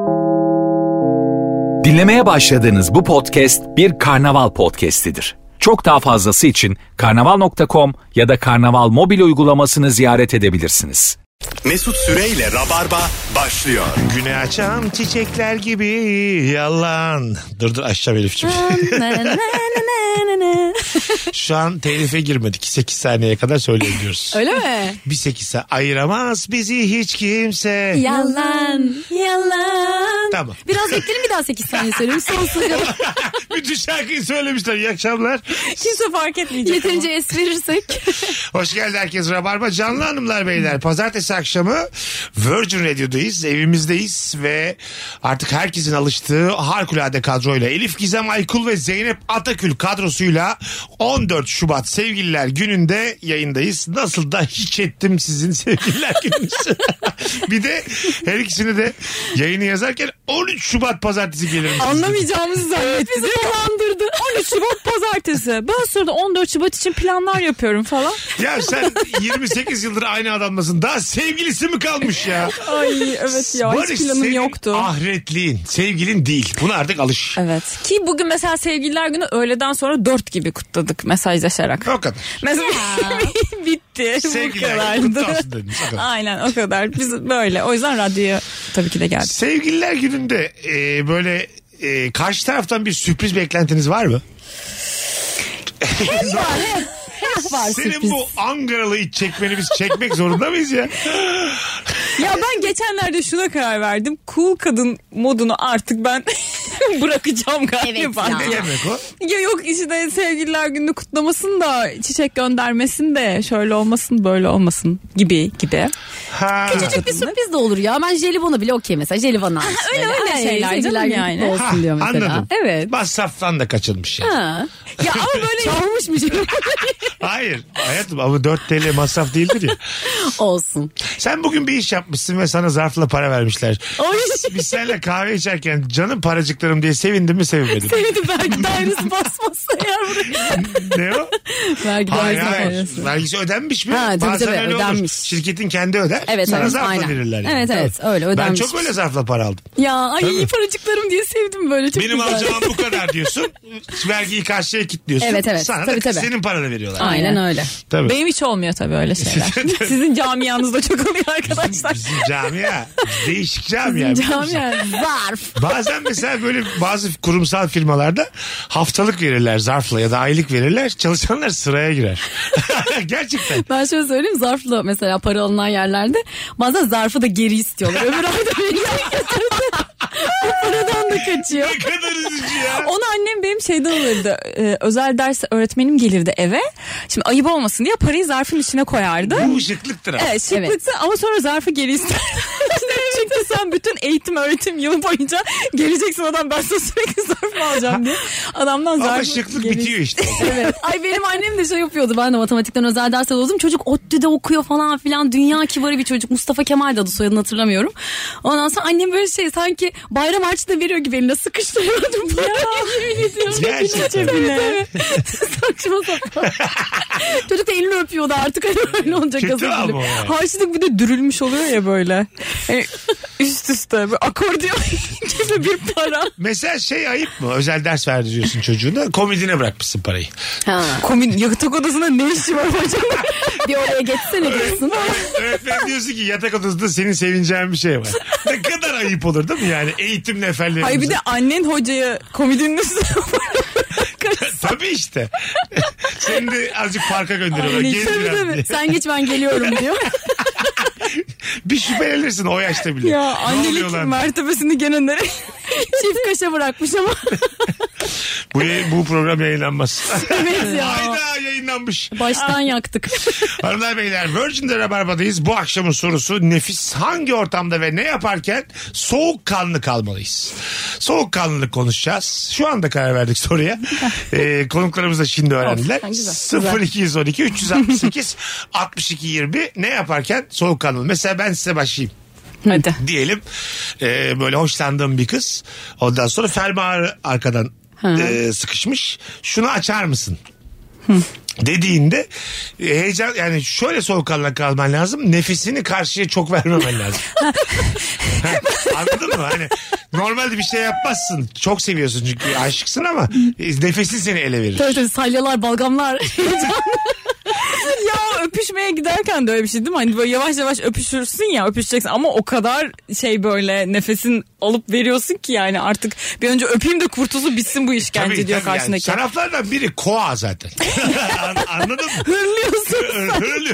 Dinlemeye başladığınız bu podcast bir karnaval podcastidir. Çok daha fazlası için karnaval.com ya da karnaval mobil uygulamasını ziyaret edebilirsiniz. Mesut Süreyle Rabarba başlıyor. Güne açan çiçekler gibi yalan. Dur aşağı Elif'ciğim. Şu an telife girmedik. 8 saniyeye kadar söyleyebiliyoruz. Öyle mi? Bir 8 saniye. Ayıramaz bizi hiç kimse. Yalan, yalan. Tamam. Biraz bekleyelim, bir daha 8 saniye söyleyeyim. Sonsuza kadar. Bütün şarkıyı söylemişler. İyi akşamlar. Kimse fark etmeyecek. Yeterince es verirsek. Hoş geldi herkes Rabarba. Canlı hanımlar beyler. Pazartesi akşamı Virgin Radio'dayız. Evimizdeyiz ve artık herkesin alıştığı harikulade kadroyla Elif Gizem Aykul ve Zeynep Atakül kadrosuyla 14 Şubat Sevgililer Günü'nde yayındayız. Nasıl da hiç ettim sizin Sevgililer Günü'nüzü. Bir de her ikisini de yayını yazarken 13 Şubat Pazartesi gelir. Anlamayacağımızı zannetti. Bizi dolandırdı. 13 Şubat Pazartesi. Ben sırada 14 Şubat için planlar yapıyorum falan. Ya sen 28 yıldır aynı adamlasın. Daha sevgilisi mi kalmış ya? Ay evet ya, Barış, hiç planım senin yoktu. ahretliğin, sevgilin değil. Buna artık alış. Evet. Ki bugün mesela Sevgililer Günü öğleden sonra 4 gibi kutladık mesajlaşarak. O kadar. Mesela bitti. Sevgililer Bu Günü kutlu kadardı. olsun dediniz. O kadar. Aynen, o kadar. Biz böyle. O yüzden radyoya tabii ki de geldik. Sevgililer Günü'nde böyle karşı taraftan bir sürpriz beklentiniz var mı? Var Senin sürpriz. bu Ankaralı iç çekmeni biz çekmek zorunda mıyız ya? Ya ben geçenlerde şuna karar verdim. Cool kadın modunu artık ben bırakacağım galiba. Evet ya. Ne demek o? Ya yok işte Sevgililer Günü kutlamasın da çiçek göndermesin de şöyle olmasın böyle olmasın gibi. Ha. Küçücük bir sürpriz de olur ya. Ben jelibona bile okey mesela. Jelibona. öyle şeyler Sevgililer canım Günü yani. kutlu olsun diyor mesela. Anladım. Evet. Masraftan da kaçılmış yani. Ha. Ya ama böyle Çalmış mı jelibona? Hayır hayatım ama 4 TL masraf değildir ya. Olsun. Sen bugün bir iş yapmışsın ve sana zarfla para vermişler. Biz seninle kahve içerken canım paracıklarım diye sevindim mi sevinmedim. Sevdi vergi dairesi basmazsa eğer buraya. Ne o? Vergi Hayır dairesi hayır. parası. Vergisi ödenmiş mi? Ha, tabii, Bazen tabii, öyle ödenmiş. olur. Şirketin kendi öder. Evet, sana evet, zarfla aynen. verirler. Yani. Evet, evet, öyle Ben ödenmiş. çok öyle zarfla para aldım. Ya ay Tabii. paracıklarım diye sevdim böyle, çok Benim güzel. alacağım bu kadar diyorsun. Vergiyi karşıya kilitliyorsun. Evet, evet. Sana Tabii, da tabii. senin paranı veriyorlar. Aynen öyle. Tabii. Benim hiç olmuyor tabii öyle şeyler. Sizin camianızda çok oluyor arkadaşlar. Bizim camia. Değişik camia. Camia zarf. Bazen mesela böyle bazı kurumsal firmalarda haftalık verirler zarfla ya da aylık verirler. Çalışanlar sıraya girer. Gerçekten. Ben şöyle söyleyeyim, zarfla mesela para alınan yerlerde bazen zarfı da geri istiyorlar. Öbür ayda veriyor. Paradan da kaçıyor. Ne kadar üzücü ya. Onu annem benim şeyden alırdı. Özel ders öğretmenim gelirdi eve. Şimdi ayıp olmasın diye parayı zarfın içine koyardı. Bu şıklıktır ama. Evet, şıklıktı ama sonra zarfı geri ister. Çünkü sen bütün eğitim öğretim yılı boyunca geleceksin adam, ben sana sürekli zarf mı alacağım diye. Adamdan zarfı Ama şıklık geri bitiyor işte. Evet. Ay benim annem de şey yapıyordu. Ben de matematikten özel ders alıyordum. Çocuk ODTÜ'de okuyor falan filan. Dünya kibarı bir çocuk. Mustafa Kemal de adı, soyadını hatırlamıyorum. Ondan sonra annem böyle şey sanki bayram harçlığı veriyor gibi eline sıkıştırıyordum. Yemin ediyorum. Gerçekten. Saçma sapan. Çocuk da elini öpüyordu artık. Hani öyle olacak. Kötü hazır ama gibi. o yani. Harçlık bir de dürülmüş oluyor ya böyle. Yani üst üste böyle akordeon gibi bir para. Mesela şey ayıp mı? Özel ders verdiriyorsun çocuğuna. Komedine bırakmışsın parayı. Ha. Komün yatak odasında ne işi var hocam? Bir oraya geçsene diyorsun. Öğretmen diyorsun ki yatak odasında senin sevineceğin bir şey var. Ne kadar ayıp olur değil mi yani? Eğitim neferlerimize. Hayır bir de annen hocaya komedinin üstüne Tabii işte. Seni de azıcık parka gönderiyorlar. Ay, Gez tabii, biraz tabii. diye. Sen geç ben geliyorum diyor. Bir şüphelenirsin o yaşta bile. ya Ne annelik oluyor lan? mertebesini gene nereye? Çift kaşa bırakmış ama. Bu program yayınlanmaz. Evet ya. Hayda yayınlanmış. Baştan yaktık. Hanımlar beyler Virgin'de Rabarba'dayız. Bu akşamın sorusu nefis. Hangi ortamda ve ne yaparken soğukkanlı kalmalıyız? Soğukkanlılık konuşacağız. Şu anda karar verdik soruya. Konuklarımız da şimdi öğrendiler. Of, güzel. 0212 368 62 20 ne yaparken soğukkanlı? Mesela ben size başlayayım. Hadi. Diyelim böyle hoşlandığım bir kız. Ondan sonra fermuarı arkadan sıkışmış. Şunu açar mısın? dediğinde heyecan, yani şöyle soğukkanlı kalman lazım. Nefesini karşıya çok vermemen lazım. Anladın mı? Hani normalde bir şey yapmazsın. Çok seviyorsun çünkü aşıksın ama nefesin seni ele verir. Tabii salyalar, balgamlar. Ya öpüşmeye giderken de öyle bir şey değil mi? Hani böyle yavaş yavaş öpüşürsün ya, öpüşeceksin ama o kadar şey böyle nefesin alıp veriyorsun ki yani artık bir önce öpeyim de kurtulsun bitsin bu işkence Tabii, diyor tabii yani. karşındaki. Şaraplardan biri koa zaten. Anladın mı? Hırlıyorsun. Hırlıyor.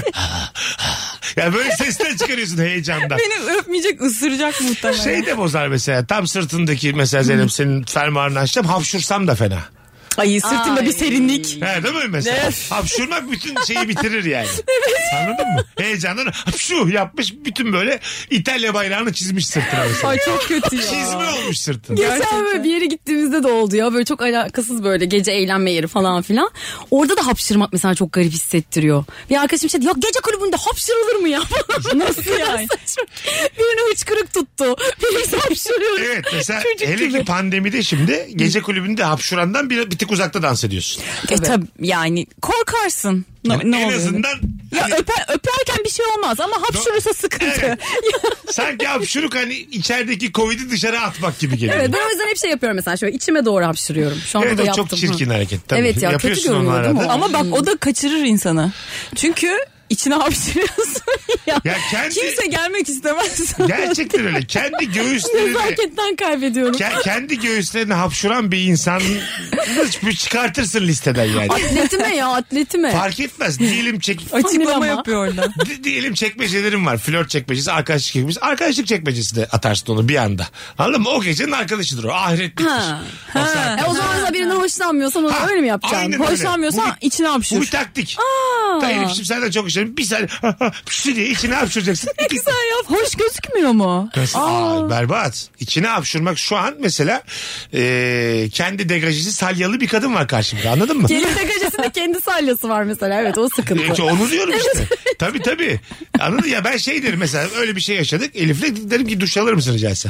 Ya böyle sesler çıkarıyorsun heyecandan. Beni öpmeyecek, ısıracak muhtemelen. Şey de bozar mesela, tam sırtındaki mesela Zeynep senin fermuarını açacağım, hapşursam da fena. Ay sırtımda bir serinlik. He, değil mi mesela? Evet. Hapşurmak bütün şeyi bitirir yani. Anladın mı? Heyecandan hapşu yapmış, bütün böyle İtalya bayrağını çizmiş sırtına mesela. Ay çok kötü ya. Çizme olmuş sırtına. Geçen böyle bir yere gittiğimizde de oldu ya. Böyle çok alakasız böyle gece eğlenme yeri falan filan. Orada da hapşırmak mesela çok garip hissettiriyor. Bir arkadaşım şey dedi, ya gece kulübünde hapşırılır mı ya? Nasıl yani? Birini hıçkırık tuttu. Birisi hapşırıyor. Evet mesela Çocuk hele gibi. ki pandemide şimdi gece kulübünde hapşurandan bir tık uzakta dans ediyorsun. Tabii yani korkarsın. Ne en oluyor? azından Ya hani, öperken bir şey olmaz ama hapşurursa sıkıntı. Evet. sanki hapşuruk hani içerideki Covid'i dışarı atmak gibi geliyor. Evet, ben o yüzden hep şey yapıyorum mesela, şöyle içime doğru hapşırıyorum. Şu anda Evet, da o yaptım. çok çirkin hareket. Tabii. Evet ya, kötü yapıyorsun onu görünüyor değil mi arada. o? Ama bak o da kaçırır insanı. Çünkü içine hapşırıyorsun ya. Ya kendi- Kimse gelmek istemez. Gerçekten öyle. Kendi göğüslerini Nezaketten kaybediyorum. kendi göğüslerini hapşuran bir insan çıkartırsın listeden yani. Atletime ya, atletime. Fark etmez. Diyelim Açıklama ama. yapıyor orada. diyelim çekmecelerim var. Flört çekmecesi, arkadaşlık çekmecesi. Arkadaşlık çekmecesi de atarsın onu bir anda. Anladın mı? O gecenin arkadaşıdır o. Ahiret bitir. Ha. O saatten O zaman da birinden hoşlanmıyorsan onu Ha, öyle mi yapacaksın? aynen öyle. Hoşlanmıyorsan Bu bir- içine Bu hapşur. bir taktik. Elif'ciğim senden çok hoşlanıyorum. Bir saniye püsü diye içine hapşuracaksın. Güzel ya. Hoş gözükmüyor mu? Berbat. İçine hapşurmak şu an mesela kendi degajesi salyalı bir kadın var karşımda, anladın mı? Gelin degajesinde kendi salyası var mesela, evet o sıkıntı. Onu diyorum işte. Tabii. Anladın ya, ben şey derim mesela, öyle bir şey yaşadık. Elif'le derim ki duş alır mısın rica etsem?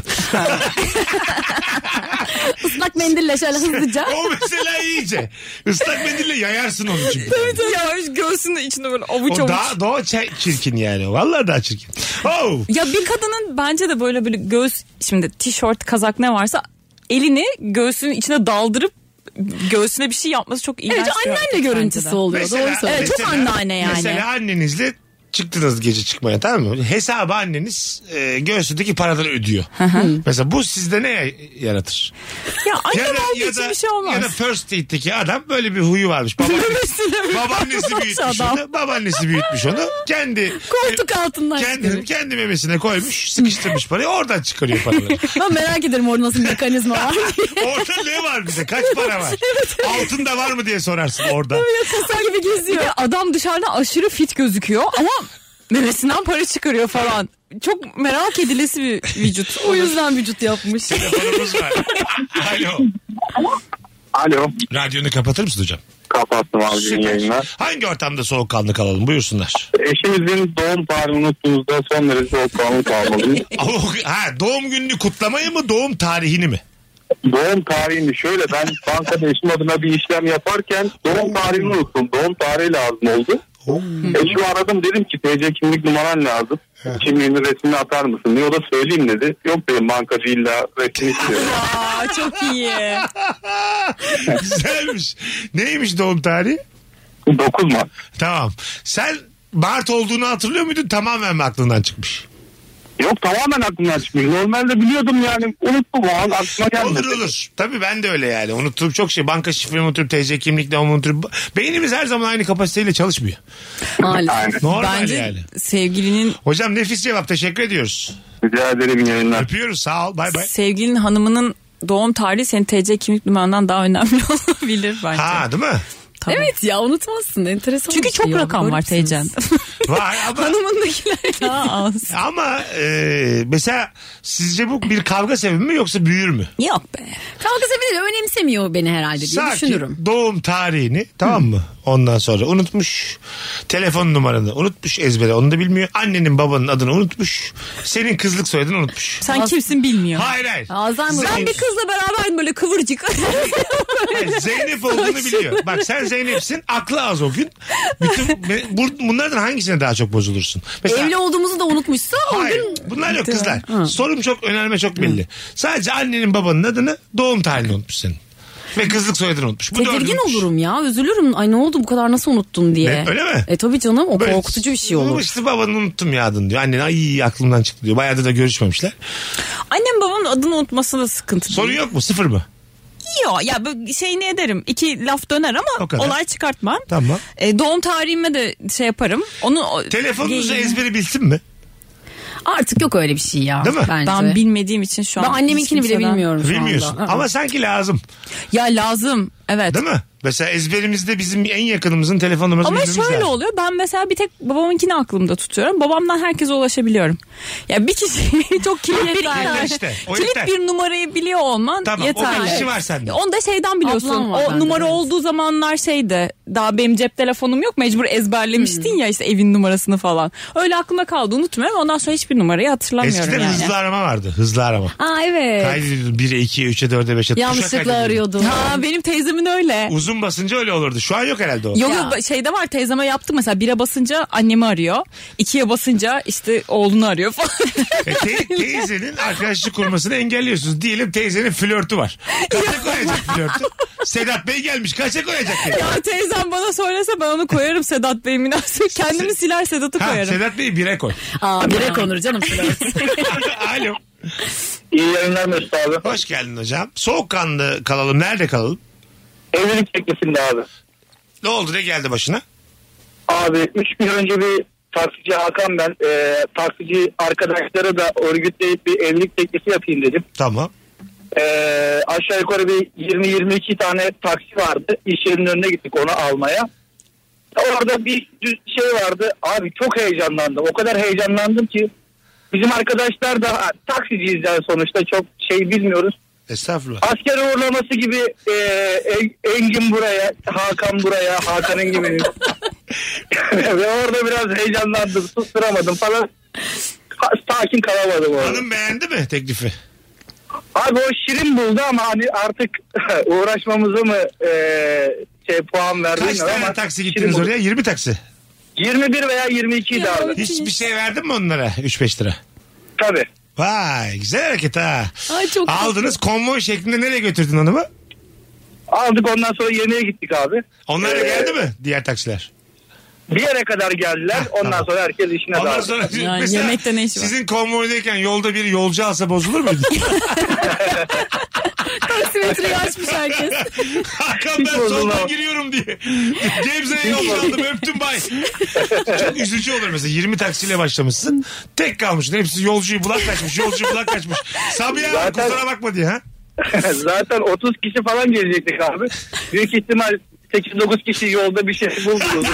Islak mendille şöyle hızlıca. O mesela iyice. Islak mendille yayarsın onun çünkü. Ya göğsünün içinde böyle avuç O avuç. daha çirkin yani. Vallahi daha çirkin. Oh. Ya bir kadının bence de böyle göğüs, şimdi tişört, kazak ne varsa elini göğsünün içine daldırıp göğsüne bir şey yapması çok iğrenç. Evet, bir anneanne hareket görüntüsü bence de. oluyor. Doğru söylüyorsun. Evet, çok anneanne yani. Mesela annenizle çıktınız gece çıkmaya, tamam mı? Hesabı anneniz göğsündeki paraları ödüyor. Mesela bu sizde ne yaratır? Ya annem olduğu için bir şey olmaz. Ya da First Date'deki adam böyle bir huyu varmış. Babaannesi büyütmüş onu. Babaannesi büyütmüş onu. Koltuk altından çıkarıyor. Kendi memesine koymuş. Sıkıştırmış parayı. Oradan çıkarıyor paraları. Ben merak ederim orada nasıl bir mekanizma var diye. Orada ne var bize? Kaç para var? Altın da var mı diye sorarsın orada. Kasa gibi geziyor. Bir de adam dışarıdan aşırı fit gözüküyor ama memesinden para çıkarıyor falan. Çok merak edilesi bir vücut. O yüzden vücut yapmış. Telefonumuz var. Alo. Alo. Radyonu kapatır mısın hocam? Kapattım abi yayınlar. Hangi ortamda soğukkanlı kalalım? Buyursunlar. Eşimizin doğum tarihini unuttuğumuzda son derece soğukkanlı kalmalıyız. Doğum gününü kutlamayı mı, doğum tarihini mi? Doğum tarihini şöyle, ben bankada eşim adına bir işlem yaparken doğum tarihini unuttum. Doğum tarihi lazım oldu. Eşimi aradım, dedim ki TC kimlik numaran lazım. Kimliğinin resmini atar mısın diye, o da söyleyeyim dedi. Yok benim bankacı illa resmini istiyor. Aa, çok iyi. Güzelmiş. Neymiş doğum tarihi? 9 Mart. Tamam. Sen Mart olduğunu hatırlıyor muydun? Tamamen mi aklından çıkmış? Yok, tamamen aklımdan çıkmış. Normalde biliyordum yani, unuttum o an, aklıma gelmedi. Olur. Tabii ben de öyle yani. Unuttuğum çok şey. Banka şifremi unuturum, TC kimlikle unuturum. Beynimiz her zaman aynı kapasiteyle çalışmıyor. Maalesef. Aynen. Normal Bence yani. sevgilinin Hocam nefis cevap. Teşekkür ediyoruz. Rica ederim, iyi yayınlar. Öpüyoruz. Sağ ol. Bay bay. sevgilinin hanımının doğum tarihi senin TC kimlik numarandan daha önemli olabilir bence. Ha, değil mi? Tabii. Evet ya, unutmazsın. Enteresan Çünkü bir şey çok ya. rakam var Garipsiniz. TC'nde. Var ama... Hanımındakiler daha az. Ama mesela sizce bu bir kavga sebebi mi yoksa büyür mü? Yok be. Kavga sebebi önemsemiyor beni herhalde diye Sakin düşünürüm. doğum tarihini, tamam mı? Ondan sonra unutmuş. Telefon numaranı unutmuş ezbere. Onu da bilmiyor. Annenin babanın adını unutmuş. Senin kızlık soyadını unutmuş. Sen kimsin bilmiyor. Hayır. Alzheimer. Ben bir kızla beraberdim böyle kıvırcık. Hayır, Zeynep olduğunu biliyor. Bak sen Zeynep'sin. Aklı az o gün. Bunlardan hangisine daha çok bozulursun? Mesela, Evli olduğumuzu da unutmuşsa o hayır. gün... Bunlar yok kızlar. Sorum çok önerme çok belli. Sadece annenin babanın adını, doğum tarihini unutmuş senin. Ve kızlık soyadını unutmuş. Bu Tedirgin olurum ya. Üzülürüm. Ay ne oldu bu kadar nasıl unuttun diye. Ne, öyle mi? Tabii canım o Böyle korkutucu bir şey olur. İşte babanı unuttum ya adını diyor. Annen ay aklımdan çıktı diyor. Bayağıdır da görüşmemişler. Annem babamın adını unutması da sıkıntı. Sorun yok mu? Sıfır mı? Yok ya şey ne ederim? 2 laf döner O kadar. ama olay çıkartmam. Tamam. Doğum tarihime de şey yaparım. Onu Telefonunuzu ezberi bilsin mi? Artık yok öyle bir şey ya. Değil mi? Bence. Ben bilmediğim için şu an. Ben anneminkini hiç bile kimseden- bilmiyorum şu Bilmiyorsun. anda. Ama sanki lazım. Ya lazım. Evet. Değil mi? Mesela ezberimizde bizim en yakınımızın telefon numarası Ama bilmemiz şöyle lazım. oluyor. Ben mesela bir tek babamınkini aklımda tutuyorum. Babamdan herkese ulaşabiliyorum. Ya bir kişi çok kilit bir Yeter işte, o kilit yeter. bir numarayı biliyor olman Tamam, o yeterli. kişi var sende. Onu da şeyden biliyorsun. Ablam var O bende, numara evet. olduğu zamanlar şeydi. Daha benim cep telefonum yok. Mecbur ezberlemiştin ya işte evin numarasını falan. Öyle aklımda kaldı, unutmuyorum. Ondan sonra hiçbir numarayı hatırlamıyorum Eskiden yani. hızlı arama vardı. Hızlı arama. Aa evet. Kaydediyordun 1'e 2'ye 3'e 4'e 5'e. Yanlışlıkla arıyordum. Ha, benim teyzemin öyle. Uzun basınca öyle olurdu. Şu an yok herhalde o. Yok Ya. yok, şeyde var, teyzeme yaptık mesela, 1'e basınca annemi arıyor. 2'ye basınca işte oğlunu arıyor falan. Teyzenin arkadaşlık kurmasını engelliyorsunuz. Diyelim teyzenin flörtü var. Kaça koyacak flörtü? Sedat Bey gelmiş. Kaça koyacak diye. Ya teyzem bana söylese ben onu koyarım Sedat Bey münasebet. Kendimi siler Sedat'ı koyarım. Sedat Bey'i 1'e koy. Aa bire konur canım. Alo. İyi yayınlar Mesut abi. Hoş geldin hocam. Soğukkanlı kalalım. Nerede kalalım? Evlilik teklifinde abi. Ne oldu? Ne geldi başına? Abi 3 gün önce bir taksici Hakan ben taksici arkadaşlara da örgütleyip bir evlilik teklifi yapayım dedim. Tamam. Aşağı yukarı bir 20-22 tane taksi vardı. İş yerinin önüne gittik onu almaya. Orada bir şey vardı. Abi çok heyecanlandım. O kadar heyecanlandım ki bizim arkadaşlar da taksiciyiz yani sonuçta çok şey bilmiyoruz. Estağfurullah. Asker uğurlaması gibi Engin buraya, Hakan buraya, Hakan Engin. Ve orada biraz heyecanlandım, susturamadım falan. Sakin kalamadım orada. Hanım beğendi mi teklifi? Abi o şirin buldu ama hani artık uğraşmamızı mı puan verdi Kaç tane taksi gittiniz oraya? 20 taksi. 21 veya 22 idi abi. Hiçbir şey verdin mi onlara? 3-5 lira. Tabii. Vay güzel hareket ha. Ay çok Aldınız konvoy şeklinde nereye götürdün hanımı? Aldık ondan sonra yemeğe gittik abi. Onlar da geldi mi diğer taksiler? Bir yere kadar geldiler. Ondan tamam. sonra herkes işine Ondan daldı. sonra Yani mesela yemekte ne işi var? sizin konvoydayken yolda bir yolcu alsa bozulur muydu? taksimetreyi açmış herkes. Hakan ben Hiç bozulmaz. soldan giriyorum diye. Gebze'ye yolcu aldım öptüm bay. Çok üzücü olur mesela 20 taksiyle başlamışsın. Tek kalmışsın. Hepsi yolcuyu bulak kaçmış. Yolcuyu bulak kaçmış. Sabiha Zaten- kusura bakma diye ha. Zaten 30 kişi falan gelecektik abi. Büyük ihtimal 8-9 kişi yolda bir şey buldunuz.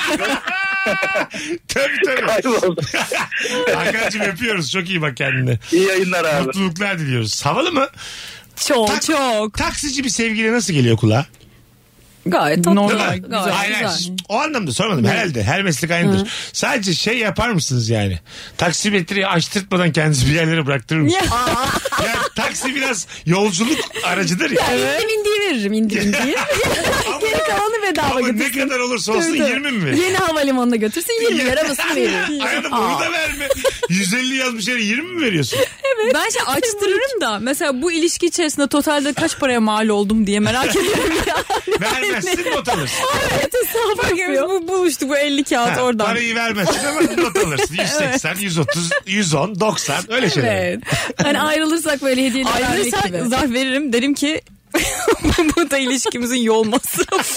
Tabii. Kayboldu. Hakan'cığım öpüyoruz. Çok iyi bak kendine. İyi yayınlar abi. Mutluluklar diliyoruz. Havalı mı? Çok çok. Taksici bir sevgili nasıl geliyor kulağa? Gayet tatlı. Normal, Değil mi? güzel, Hayır, hayır. güzel. O anlamda sormadım. Herhalde. Her meslek aynıdır. Sadece şey yapar mısınız yani? Taksimetreyi açtırtmadan kendinizi bir yerlere bıraktırır mısınız? Yani taksi biraz yolculuk aracıdır ya. İndim indiği veririm indim indiği. Geri kalanı bedava Ama ne götürsün. kadar olursa olsun Tabii, tabii. 20 mi verir? Yeni havalimanına götürsün 20 lira arabasını verir. Hayatım bunu da verme. 150 yazmış yere 20 mi veriyorsun? Ben şey açtırırım da mesela bu ilişki içerisinde totalde kaç paraya mal oldum diye merak ediyorum ya. Vermezsin not alırsın. Evet hesap yapıyor. Bu buluştuk bu 50 kağıt Ha, oradan. parayı vermezsin ama not alırsın. 180, 130, 110, 90 öyle şeyler. Evet. Hani ayrılırsak böyle hediyeler vermek Ayrılırsak gibi. zarf veririm, derim ki bu da ilişkimizin yol masrafı.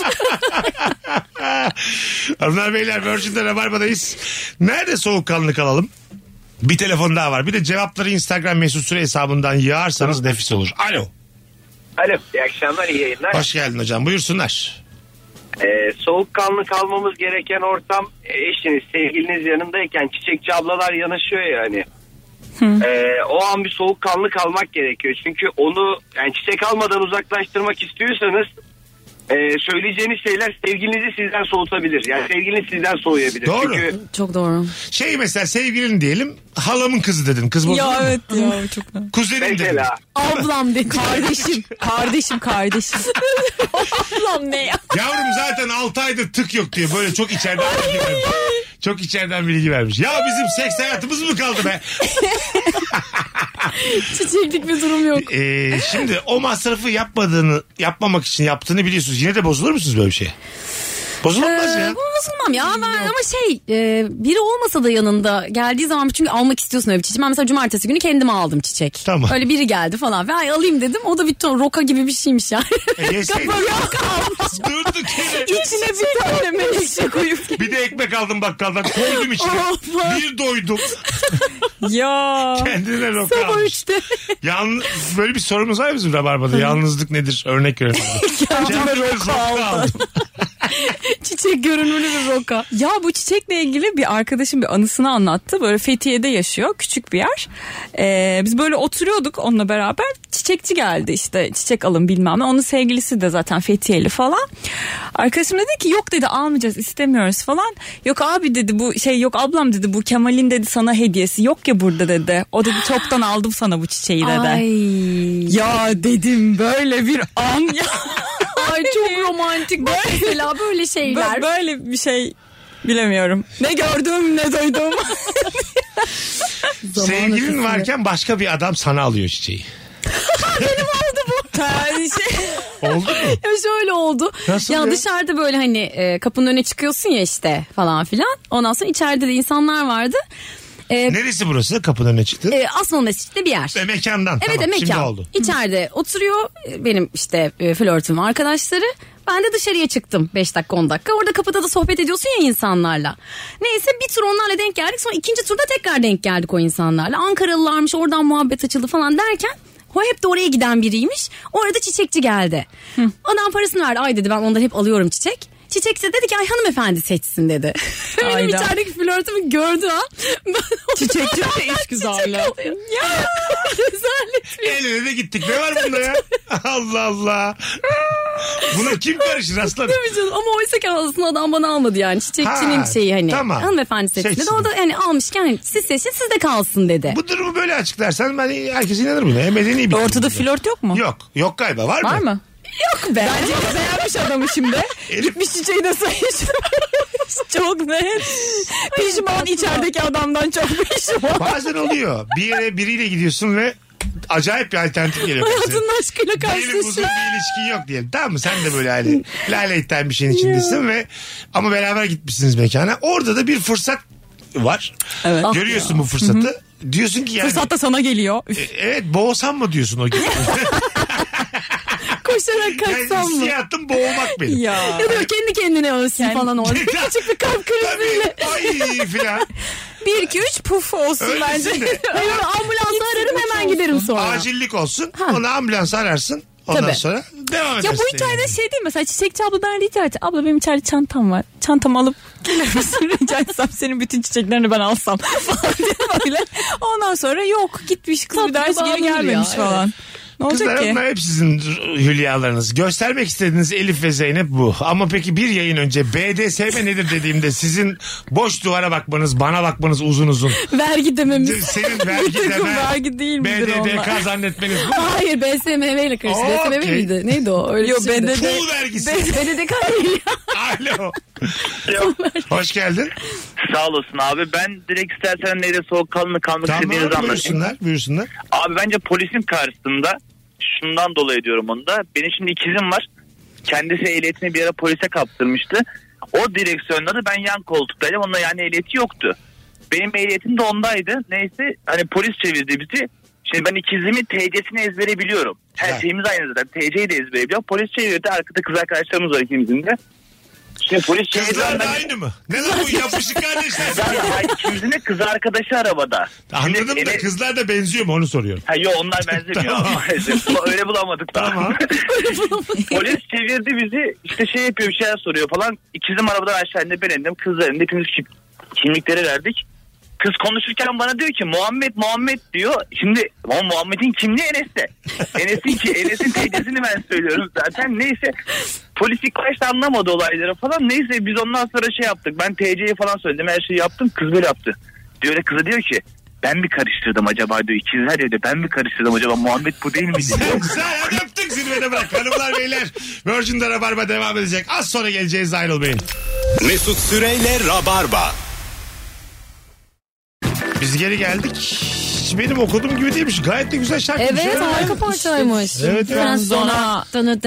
Hanımlar beyler Virgin'de Rabarba'dayız. Nerede soğukkanlı kalalım? Bir telefon daha var. Bir de cevapları Instagram mesut süre hesabından yağarsanız nefis olur. Alo. Alo, iyi akşamlar, iyi yayınlar. Hoş geldin hocam. Buyursunlar. Soğukkanlı kalmamız gereken ortam eşiniz, sevgiliniz yanındayken çiçekçi ablalar yanaşıyor ya hani. O an bir soğukkanlı kalmak gerekiyor. Çünkü onu yani çiçek almadan uzaklaştırmak istiyorsanız söyleyeceğiniz şeyler sevgilinizi sizden soğutabilir. Yani sevgiliniz sizden soğuyabilir. Doğru. Çünkü Çok doğru. Mesela sevgilin diyelim, halamın kızı dedin. Kız bozulur mu? Ya evet ya çok. Kuzenin dedin. mesela Ablam dedi. Kardeşim. Ablam ne ya? Yavrum zaten 6 aydır tık yok diyor. Böyle çok içeriden bilgi vermiş. Çok içeriden bilgi vermiş. Ya bizim seks hayatımız mı kaldı be? Çiçeklik bir durum yok. Şimdi o masrafı yapmamak için yaptığını biliyorsunuz. Yine de bozulur musunuz böyle bir şeye? Bozulmaz ya. Bozulmam ya ben ama biri olmasa da yanında geldiği zaman çünkü almak istiyorsun öyle bir çiçek. Ben mesela cumartesi günü kendime aldım çiçek. Tamam. Öyle biri geldi falan ve alayım dedim. O da bir ton roka gibi bir şeymiş yani. Yeseydin. Durduk yere. İçine bir tane menekşe koyup. Bir de ekmek aldım bakkaldan. Koydum içine. Bir doydum. Ya. Kendine roka Sabah almış. 3'te. Böyle bir sorumuz var bizim Rabarba'da. Yalnızlık nedir? Örnek verelim. Kendime roka aldım. Çiçek görünümlü bir roka. Ya bu çiçekle ilgili bir arkadaşım bir anısını anlattı. Böyle Fethiye'de yaşıyor. Küçük bir yer. Biz böyle oturuyorduk onunla beraber. Çiçekçi geldi işte çiçek alın bilmem ne. Onun sevgilisi de zaten Fethiye'li falan. Arkadaşım dedi ki yok dedi almayacağız istemiyoruz falan. Yok abi dedi bu yok ablam dedi bu Kemal'in dedi sana hediyesi yok ya burada dedi. O dedi çoktan aldım sana bu çiçeği dedi. Ay. Ya dedim böyle bir an ya. Ay çok romantik. Bak mesela böyle şeyler. Böyle bir şey bilemiyorum. Ne gördüm ne duydum. Sevgilin varken başka bir adam sana alıyor çiçeği. Benim oldu bu. Oldu mu? Ya şöyle oldu. Nasıl ya ya? Dışarıda böyle hani kapının önüne çıkıyorsun ya işte falan filan. Ondan sonra içeride de insanlar vardı. Neresi burası? Kapının önüne çıktın. Asmalı Mescid'de bir yer. Mekandan. Evet tamam, mekan. Şimdi oldu. İçeride oturuyor benim işte flörtüm arkadaşları. Ben de dışarıya çıktım 5 dakika 10 dakika. Orada kapıda da sohbet ediyorsun ya insanlarla. Neyse bir tur onlarla denk geldik. Sonra ikinci turda tekrar denk geldik o insanlarla. Ankaralılarmış oradan muhabbet açıldı falan derken. O hep de oraya giden biriymiş. Orada çiçekçi geldi. Adam parasını verdi. Ay dedi ben ondan hep alıyorum çiçek. Çiçekçi dedi ki ay hanımefendi seçsin dedi. Benim Ayda. içerideki flörtümü gördü ha. Çiçekçi de iş güzelliği. Ya rezalet bir. Eline de gittik. Ne var bunda ya? Allah Allah. Buna kim karışır aslanım? Tabii canım ama oysa ki aslında adam bana almadı yani çiçekçinin şeyi hani tamam. hanımefendi seçti dedi. O da yani almışken hani siz seçin sizde kalsın dedi. Bu durumu böyle açıklarsan ben herkes inanır buna. Medeni bir Ortada flört yok mu? Yok galiba. Var mı? Yok be. Bence beğenmiş adamı şimdi. Gitmiş çiçeği de sayış. Çok net. Pişman içerideki adamdan çok pişman. Bazen oluyor. Bir yere biriyle gidiyorsun ve acayip bir alternatif geliyor. Hayatının aşkıyla Benim uzun karşılaşıyor. bir ilişkin yok diyelim. Tamam mı? Sen de böyle hani laletten bir şeyin içindesin ve ama beraber gitmişsiniz mekana. Orada da bir fırsat var. Evet. Görüyorsun bu fırsatı. Diyorsun ki yani. Fırsat da sana geliyor. Evet boğsam mı diyorsun o gün? Koşarak kaçsam Yani mı? hissiyatım boğmak benim. Ya. Ya da kendi kendine ölsün falan orada. Küçük bir kalp kriziyle. Tabii. Ay filan. 1 2 3 puf olsun Öylesin bence. de. Ambulansı ararım hemen giderim sonra. Acillik olsun. Ona ambulans ararsın. Ondan Tabii. sonra devam Ya edersin. bu hikayede şey değil mesela çiçekçi abladan rica et. Abla benim içeride çantam var. Çantamı alıp gelir misin rica etsem senin bütün çiçeklerini ben alsam falan diye böyle. Ondan sonra yok gitmiş kız bir daha hiç geri gelmemiş falan. Ne olacak Kızlar ki? onlar hep sizin hülyalarınız. Göstermek istediğiniz Elif ve Zeynep bu. Ama peki bir yayın önce BDSM nedir dediğimde sizin boş duvara bakmanız, bana bakmanız uzun uzun. Vergi dememiz. Senin vergi deme. Vergi değil midir BDDK onlar? zannetmeniz bu. Hayır BSMV ile karıştı. Okey. BSMV miydi? Neydi o? Öyle Yo, bir şeydi. BDD. Pul vergisi. BDDK değil. Alo. Hoş geldin. Sağ olasın abi. Ben direkt istersen neyle soğukkanlı kalmak Tamam istediğinizi anlatayım. buyursunlar. Abi bence polisin karşısında şundan dolayı diyorum onu da. Benim şimdi ikizim var. Kendisi ehliyetini bir ara polise kaptırmıştı. O direksiyonda da ben yan koltuktaydım. Onunla yani ehliyeti yoktu. Benim ehliyetim de ondaydı. Neyse hani polis çevirdi bizi. Şimdi ben ikizimin TC'sini ezbere biliyorum. Her şeyimiz aynı zaten. TC'yi de ezbere biliyorum. Polis çevirdi. Arkada kız arkadaşlarımız var ikimizin de. Şimdi polis çevirdi. Kızlar da aynı mı? Ne lan bu yapışık kardeşler? Yani ikimizin de kız arkadaşı arabada. Anladım Şimdi da kızlar da benziyor mu onu soruyorum. Ha yok onlar benzemiyor. Tamam. Maalesef. Öyle bulamadık da. Tamam. Polis çevirdi bizi. İşte şey yapıyor bir şeyler soruyor falan. İkizim arabadan aşağı indi ben indim. Kızlar indi. Hepimiz kimlikleri verdik. Kız konuşurken bana diyor ki Muhammed diyor. Şimdi ama Muhammed'in kimliği Enes'te. Enes'in TC'sini ben söylüyorum zaten. Neyse Polis ilk başta anlamadı olayları falan. Neyse biz ondan sonra şey yaptık. Ben TC'yi falan söyledim. Her şeyi yaptım. Kız böyle yaptı. Diyor kıza diyor ki ben mi karıştırdım acaba diyor. İkizler ya diyor. Ben mi karıştırdım acaba? Muhammed bu değil miydi? Çok güzel. Hadi öptük zirvede bırak. Hanımlar beyler. Virgin'de Rabarba devam edecek. Az sonra geleceğiz, ayrılmayın. Mesut Süreyle Rabarba. Biz geri geldik. Benim okuduğum gibi değilmiş. Gayet de güzel şarkıymış. Evet, harika parçaymış. Evet, evet. Zona.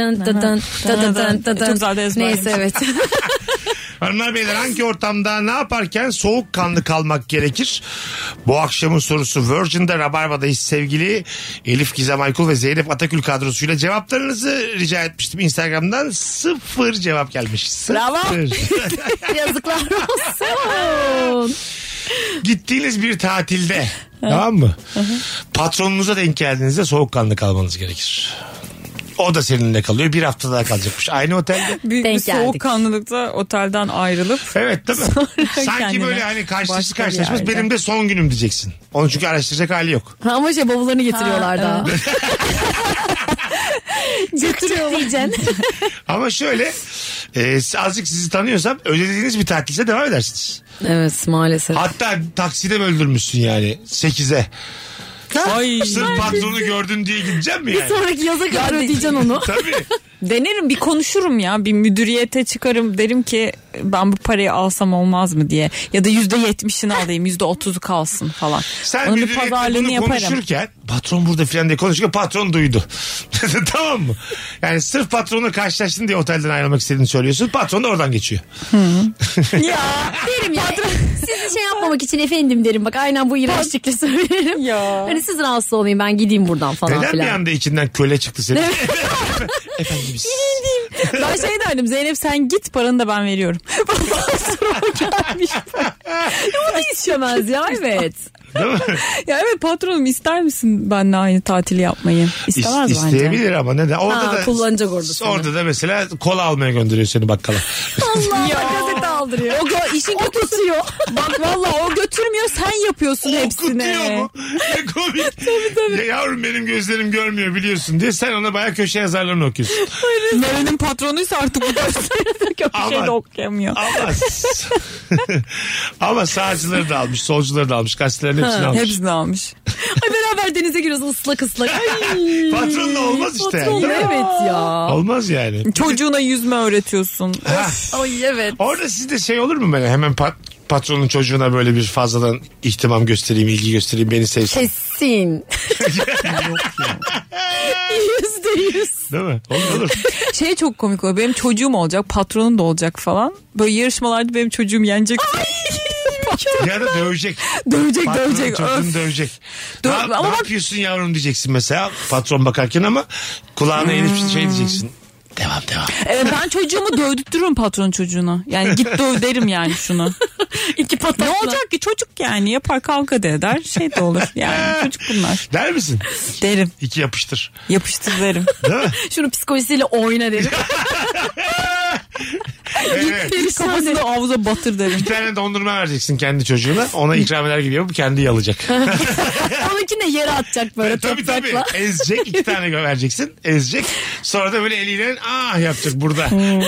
Çok güzel de ezberlemiş. Neyse, evet. Hanımlar beyler, hangi ortamda ne yaparken soğukkanlı kalmak gerekir? Bu akşamın sorusu. Virgin'de Rabarba'dayız sevgili Elif Gizem Aykul ve Zeynep Atakül kadrosuyla. Cevaplarınızı rica etmiştim Instagram'dan. 0 cevap gelmiş. 0. Bravo. Yazıklar olsun. Gittiğiniz bir tatilde, tamam mı? Patronunuza denk geldiğinizde soğukkanlı kalmanız gerekir. O da seninle kalıyor. Bir hafta daha kalacakmış. Aynı otelde. Büyük bir Denk geldik. soğukkanlılıkta otelden ayrılıp. Evet, değil mi? Sanki kendine böyle hani karşılaştık başka bir karşılaşmaz. yerde. Benim de son günüm diyeceksin. Onu çünkü araştıracak hali yok. Ama bavullarını getiriyorlar Ha, daha. Götürüyor diyeceksin. Ama şöyle azıcık sizi tanıyorsam ödediğiniz bir tatilse devam edersiniz. Evet, maalesef. Hatta takside böldürmüşsün yani 8'e. Ay. Sırf patronu gördün diye gideceğim mi Bir yani? sonraki yaza kadar ödeyeceksin onu. Tabii. Denerim, bir konuşurum ya. Bir müdüriyete çıkarım, derim ki ben bu parayı alsam olmaz mı diye. Ya da %70'ini alayım, %30'u kalsın falan. Sen Onun bir müdüriyetle pazarlığını bunu yaparım. konuşurken patron burada filan diye konuşurken patron duydu. Tamam mı? Yani sırf patronla karşılaştın diye otelden ayrılmak istediğini söylüyorsun. Patron da oradan geçiyor. Ya Derim ya. Sizi şey yapmamak için efendim derim. Bak aynen bu iğrençlikle söylerim. Ya. Hani siz rahatsız olmayın, ben gideyim buradan falan Neden bir filan. anda içinden köle çıktı senin? Efendimiz. ben şey derdim, Zeynep sen git, paranı da ben veriyorum. Gelmiş. O da istemez ya, evet. Değil mi? Ya evet, patronum ister misin benimle aynı tatili yapmayı? İstemez bence. İsteyebilir ama neden? Orada Ha, da kullanacak orada seni. Orada da mesela kola almaya gönderiyor seni bakkala. Allah gazete aldırıyor. İşin kötüsü bak vallahi o götürmüyor, sen yapıyorsun hepsini. Okutuyor mu? Ne komik. tabii. Ya yavrum benim gözlerim görmüyor biliyorsun diye sen ona bayağı köşe yazarlarını okuyorsun. Nerenin patronuysa artık bu Ama- köşeyi de okuyamıyor. Ama sağcıları da almış, solcuları da almış, gazetelerin hepsini almış. Hepsini almış. Ay, beraber denize giriyoruz ıslak ıslak. Ay. Patronla olmaz işte. Patronla, Değil mi? evet ya. Olmaz yani. Çocuğuna yüzme öğretiyorsun. Ha. Ay evet. Orada sizde şey olur mu böyle hemen patronun çocuğuna böyle bir fazladan ihtimam göstereyim, ilgi göstereyim, beni sevsin. Kesin. %100. Değil mi? Olur. Şey çok komik oluyor. Benim çocuğum olacak, patronum da olacak falan. Böyle yarışmalarda benim çocuğum yenecek. Ya da dövecek. Dövecek. Çocuğunu Öf. dövecek. Ama ne bak- yapıyorsun yavrum diyeceksin mesela patron bakarken ama kulağına inip şey diyeceksin. Devam. Ben çocuğumu dövdürtürüm patron çocuğuna. Yani git döv derim yani şunu. İki patakla. Ne olacak ki, çocuk yani, yapar, kavga da eder, şey de olur yani, çocuk bunlar. Der misin? Derim, 2 yapıştır. yapıştır derim. Değil mi? Şunu psikolojisiyle oyna derim. Evet. Kafasını havuza batır derim. Bir tane dondurma vereceksin kendi çocuğuna. Ona ikram eder gibi yapıp kendi yalacak. Onunkini de yere atacak böyle Tabii. toprakla. Ezecek. 2 tane vereceksin. Ezecek. Sonra da böyle eliyle yapacak burada.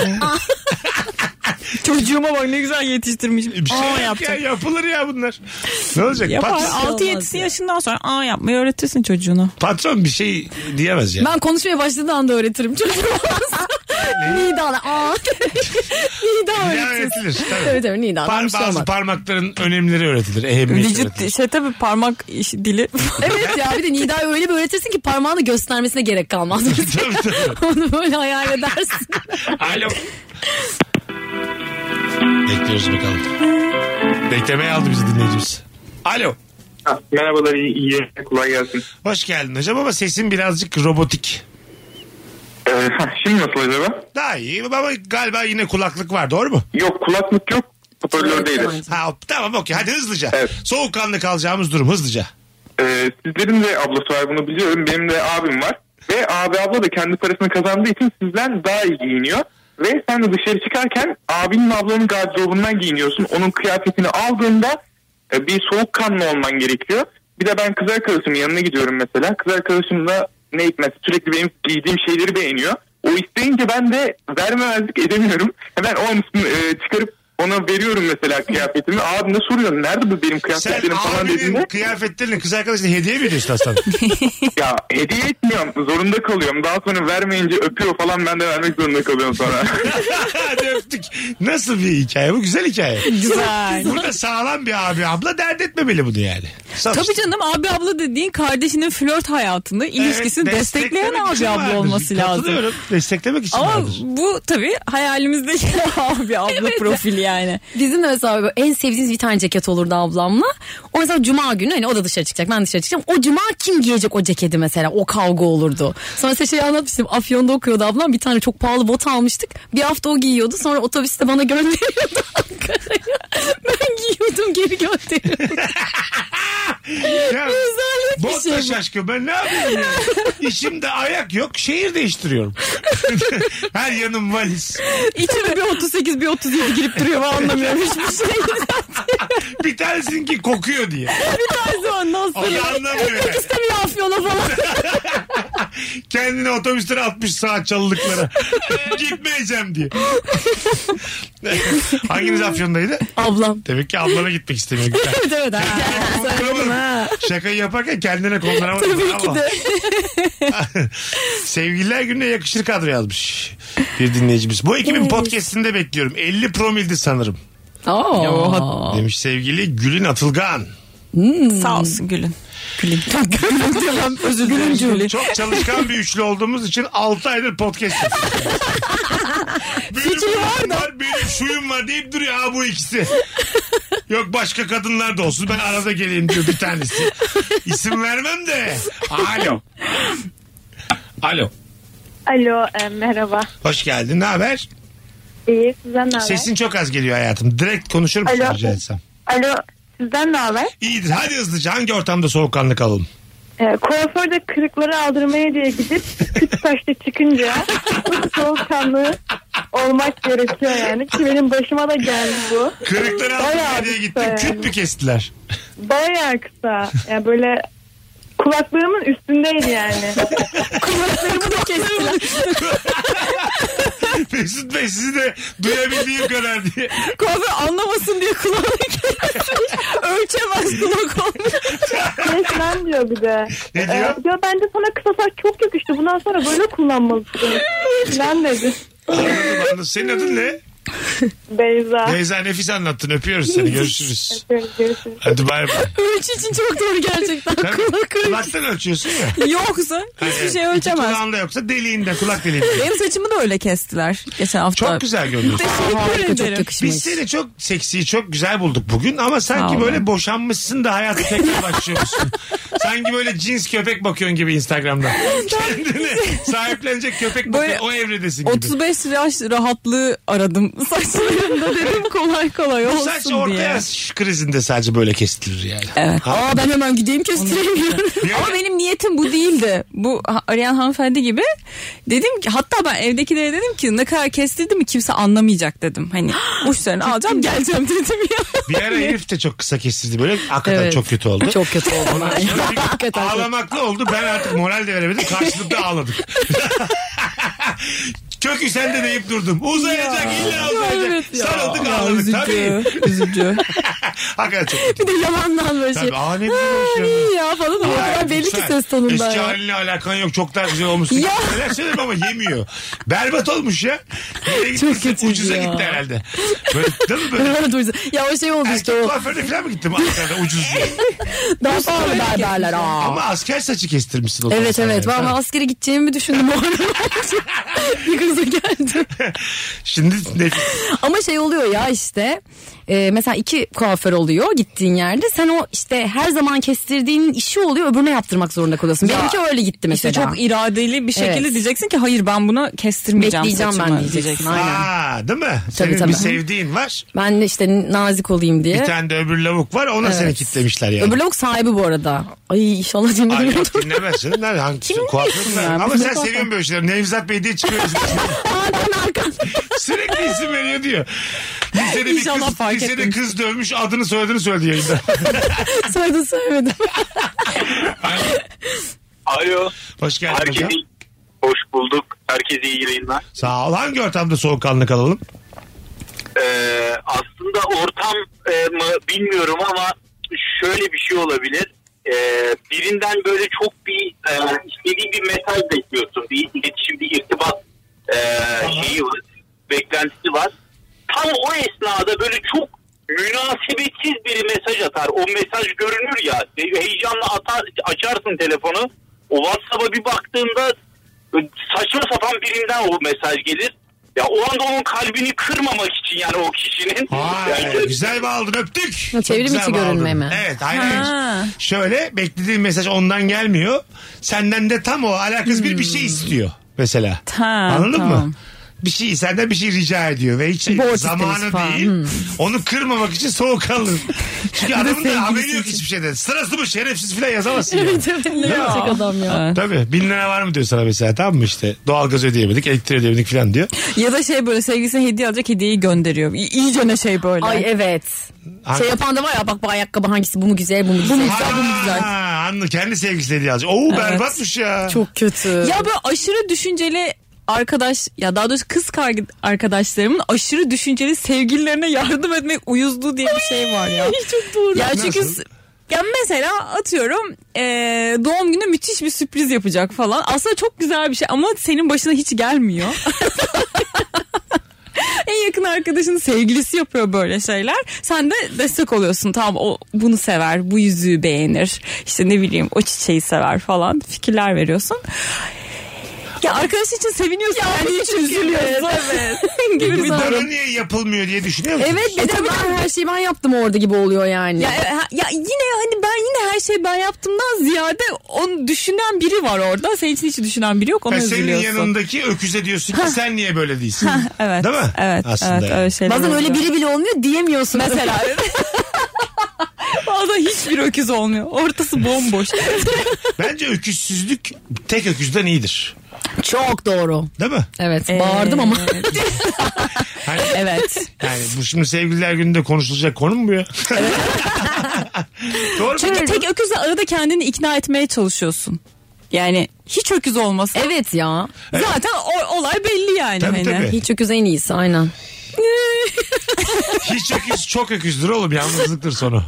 Çocuğuma bak ne güzel yetiştirmişim. Bir şey yok ya, yapacak. yapılır ya bunlar. Ne olacak? Yapar. Patron, 6-7 yaşından sonra yapmayı öğretirsin çocuğuna. patron bir şey diyemez ya. Ben konuşmaya başladığı anda öğretirim çocuğuma. Nida'la. Nida Ya öğretir. öğretilir. Tabii. Evet Nida'dan bir şey Bazı olmaz. parmakların önemleri öğretilir. Ehemmiyeti öğretilir. Vücut tabii parmak dili. Evet ya, bir de Nida'yı öyle bir öğretirsin ki parmağını göstermesine gerek kalmaz. Tabii. Onu böyle hayal edersin. Alo. Bekliyoruz bakalım. Beklemeye aldı bizi dinleyicimiz. Alo. Merhabalar, iyi kolay gelsin. Hoş geldin hocam ama sesin birazcık robotik. Şimdi nasıl acaba? Daha iyi ama galiba yine kulaklık var, doğru mu? Yok, kulaklık yok. Hoparlör değiliz. Tamam okey, hadi hızlıca. Evet. Soğukkanlı kalacağımız durum hızlıca. Sizlerin de ablası var, bunu biliyorum. Benim de abim var. Ve abi abla da kendi parasını kazandığı için sizden daha iyi giyiniyor. Ve sen de dışarı çıkarken abinin ablanın gardırobundan giyiniyorsun. Onun kıyafetini aldığında bir soğukkanlı olman gerekiyor. Bir de ben kız arkadaşımın yanına gidiyorum mesela. Kız arkadaşım da ne hikmet sürekli benim giydiğim şeyleri beğeniyor. O isteyince ben de vermemezlik edemiyorum. Hemen o an çıkarıp ona veriyorum mesela kıyafetimi. Abi ne soruyorsun? Nerede bu benim kıyafetlerim Sen falan dediğinde. abinin kıyafetlerini kız arkadaşına hediye mi ediyorsun aslanım? Ya hediye etmiyorum. Zorunda kalıyorum. Daha sonra vermeyince öpüyor falan, ben de vermek zorunda kalıyorum sonra. Hadi öptük. Nasıl bir hikaye bu? Güzel hikaye. Güzel. Burada sağlam bir abi abla dert etmemeli bunu yani. Tabii canım, abi abla dediğin kardeşinin flört hayatında ilişkisini Evet, destekleyen desteklemek için abi abla vardır. olması lazım. Katılıyorum. Desteklemek için Ama vardır. bu tabii hayalimizdeki abi abla profili yani. Bizim de mesela böyle en sevdiğimiz bir tane ceket olurdu ablamla. O mesela cuma günü hani o da dışarı çıkacak, ben dışarı çıkacağım. O cuma kim giyecek o ceketi mesela? O kavga olurdu. Sonra size anlatmıştım. Afyon'da okuyordu ablam. Bir tane çok pahalı bot almıştık. Bir hafta o giyiyordu. Sonra otobüste bana gönderiyordu Ankara'ya. Ben giyiyordum, geri gönderiyordum. Ya, Rezalet bir bot şey da bu. şaşkın. Ben ne yapayım ya? İşimde ayak yok. Şehir değiştiriyorum. Her yanım valiz. İçine bir 38 bir 37 girip duruyor, ben anlamıyorum hiçbir şey. Bir tanesinki kokuyor diye. Bir tanesi ondan O da sonra. anlamıyor yani. İstemiyor Afyon'a falan. Kendini otobüsten 60 saat çalılıklara. Gitmeyeceğim diye. Hanginiz Afyon'daydı? Ablam. Demek ki ablana gitmek istemiyor. Güzel. Evet evet. Söyledim ha. Şakayı yaparken kendine kondramadın. Tabii ki de. Sevgililer gününe yakışır kadro yazmış bir dinleyicimiz. Bu ekibin podcast'inde bekliyorum. 50 promildi sanırım. Oo. Demiş sevgili Gülün Atılgan. Sağ olsun Gül'ün. Gül'ün. Özür dilerim Gül'ün. Çok çalışkan bir üçlü olduğumuz için 6 aydır podcast yapıyoruz. Benim var, benim şuyum var deyip duruyor ha bu ikisi. Yok başka kadınlar da olsun, ben arada geleyim diyor bir tanesi. İsim vermem de. Alo. Alo. Alo, merhaba. Hoş geldin, ne haber? İyi, sizden ne haber? Sesin çok az geliyor hayatım. Direkt konuşur musun Alo. rica etsem? Alo, sizden ne haber? İyidir, hadi hızlıca hangi ortamda soğukkanlı kalalım? Kuaförde kırıkları aldırmaya diye gidip küt taşta çıkınca soğukkanlı olmak gerekiyor yani. Ki benim başıma da geldi bu. Kırıkları Bayağı aldırmaya diye gittim, kısa küt yani. mü kestiler? Bayağı kısa. Yani böyle kulaklığımın üstündeydi yani. Kulaklarımı da kestiler. Mesut Bey sizi de duyabildiğim kadar diye. Kuaför anlamasın diye kulağına kesmiş. Ölçemez kulak olmuş. Resmen diyor bir de. Ne diyor? Ya bence sana kısa saç çok yakıştı. Bundan sonra böyle kullanmalısın. Falan dedi. Anladım. Senin adın ne? Beyza. Beyza, nefis anlattın. Öpüyoruz seni. Görüşürüz. Görüşürüz. Hadi bay bay. Ölçü için çok doğru gerçekten. Tabii, Kulak ölçü. kulaktan ölçüyorsun ya. Yoksa hiçbir şey İki ölçemez. kulağında yoksa deliğinde, kulak deliğinde. Benim saçımı da öyle kestiler geçen hafta. Çok güzel görünüyorsun. Teşekkür Çok ederim. yakışmış. Biz seni çok seksi, çok güzel bulduk bugün ama sanki Sağ böyle olun. boşanmışsın da hayata tekrar başlıyormuşsun. Sanki böyle cins köpek bakıyorsun gibi Instagram'da. Kendine sahiplenecek köpek Böyle bakıyorsun, o evredesin gibi. 35 yaş rahatlığı aradım saçlarımda, dedim kolay kolay Bu olsun saç diye. orta yaş krizinde sadece böyle kestirir yani. Evet. Aa ben hemen gideyim kestiremiyorum. Ama benim niyetim bu değildi. Bu arayan hanımefendi gibi. Dedim ki, hatta ben evdekilere dedim ki ne kadar kestirdim mi kimse anlamayacak dedim. Hani uçlarını alacağım geleceğim dedim ya. Bir ara herif de çok kısa kestirdi böyle. Hakikaten Evet. çok kötü oldu. Çok kötü oldu. Ondan sonra bir Hakikaten. ağlamaklı oldu. Ben artık moral de veremedim. Karşılıklı ağladık. Kökü sende deyip durdum. Uzayacak, illa uzayacak. Evet ya. Sarıldık, Ya, ağladık üzücü, tabii. üzücü. Hakikaten çok kötü. Bir de yalandan böyle şey. Tabii, aa ne güzel olmuş ya. İyi ya falan. O kadar belli ki Güzel. ses tonunda. Eski ya. haline alakan yok, çok daha güzel olmuşsun. Ya. Neler söylerim ama yemiyor. Berbat olmuş ya. Nereye Çok gittin? kötüydü Ucuza ya. gitti herhalde. Böyle, değil mi böyle? Evet, o yüzden. Ya o şey oldu işte Erkek o. kuaförüne falan mı gittim Ankara'da ucuz diye? Daha pahalı berberler. Aa. Ama asker saçı kestirmişsin o zaman. Evet sen evet. yani. Valla askere gideceğimi düşündüm o arada. Bir kıza geldim. Şimdi nefis. Ama şey oluyor ya işte. Mesela 2 kuaför oluyor gittiğin yerde. Sen o işte her zaman kestirdiğin işi oluyor. Öbürüne yaptırmak zorunda kalıyorsun. Benimki öyle gitti mesela. İşte çok iradeli bir şekilde Evet. diyeceksin ki hayır ben buna kestirmeyeceğim Bekleyeceğim saçımı ben diyeceksin. Aynen. Aa, değil mi? Senin tabii. bir sevdiğin var. Ben de işte nazik olayım diye. Bir tane de öbür lavuk var. Ona Evet. seni kitlemişler yani. Öbür lavuk sahibi bu arada. Ay inşallah Ay dinlemiyordur. yok dinlemez canım. Nerede? Hangisi? Kuaför mü? ya? Ama Ne sen kuaför? seviyorsun böyle şeyleri. Nevzat Bey diye çıkıyorsun. Aa, arkan. Sürekli isim veriyor diyor. Lisede bir İnşallah kız, fark lisede etmemiş. kız dövmüş, adını soyadını söyledi yayında. Söyledim. Alo. Hoş geldin hocam. Hoş bulduk. Herkese iyi yayınlar. Sağ ol. Hangi ortamda soğukkanlı kalalım? Aslında ortam mı bilmiyorum ama şöyle bir şey olabilir. Birinden böyle çok bir istediğin bir mesaj bekliyorsun. Bir iletişim, bir irtibat şeyi var, beklentisi var. Tam o esnada böyle çok münasebetsiz bir mesaj atar. O mesaj görünür ya. Heyecanla açarsın telefonu. O WhatsApp'a bir baktığında saçma sapan birinden o mesaj gelir. Ya o anda onun kalbini kırmamak için yani o kişinin. Yani, güzel bağladın, öptük. Çevrim içi görünme mi? Evet, aynen. Şöyle beklediğin mesaj ondan gelmiyor. Senden de tam o alakasız bir şey istiyor mesela. Anladın mı? Bir şey, senden bir şey rica ediyor ve hiç zamanı değil. Onu kırmamak için soğukkanlı. Çünkü adamın da haberi yok hiçbir şeyden. Sırası mı şerefsiz falan yazamazsın yani. Gerçek adam ya. Tabii 1000 lira var mı diyor sana mesela, tamam mı işte doğalgaz ödeyemedik, elektrik ödeyemedik falan diyor. Ya da böyle sevgilisine hediye alacak, hediyeyi gönderiyor. İyice ne şey böyle. Ay evet. Şey yapan da var ya, bak bu ayakkabı hangisi, bu mu güzel, bu mu güzel, bu mu güzel. Anlı kendi sevgilisi hediye alacak. Oo berbatmış ya. Çok kötü. Ya böyle aşırı düşünceli arkadaş, ya daha doğrusu kız arkadaşlarımın aşırı düşünceli sevgililerine yardım etmek uyuzluğu diye bir şey var ya. Çok doğru. Ya çünkü ya mesela atıyorum doğum günü müthiş bir sürpriz yapacak falan. Aslında çok güzel bir şey ama senin başına hiç gelmiyor. En yakın arkadaşının sevgilisi yapıyor böyle şeyler. Sen de destek oluyorsun. Tamam, o bunu sever, bu yüzüğü beğenir. İşte ne bileyim, o çiçeği sever falan. Fikirler veriyorsun. Ya arkadaş için seviniyorsun. Yani hiç üzülüyorsun. Evet. Gibi bir bana niye yapılmıyor diye düşünüyor musun? Evet, bir de ben her şeyi ben yaptım orada gibi oluyor yani. Ya yine hani ben yine her şeyi ben yaptımdan ziyade onu düşünen biri var orada. Senin için hiç düşünen biri yok, ona üzülüyorsun. Senin yanındaki öküze diyorsun ki sen niye böyle değilsin? Evet. Değil mi? Evet. Aslında evet, yani. öyle şeyler bazen oluyor. öyle biri bile olmuyor diyemiyorsun. Mesela. Bazen hiçbir öküz olmuyor. Ortası bomboş. Bence öküzsüzlük tek öküzden iyidir. Çok doğru. Değil mi? Evet. Bağırdım ama. Hani, evet. Yani bu şimdi sevgililer gününde konuşulacak konu mu bu ya? Evet. Doğru. Çünkü tek öküzle arada kendini ikna etmeye çalışıyorsun. Yani hiç öküz olmasın. Evet ya. Zaten olay belli yani. Tabii, tabii. Hiç öküz en iyisi, aynen. Hiç öküz çok öküzdür oğlum, yalnızlıktır sonu.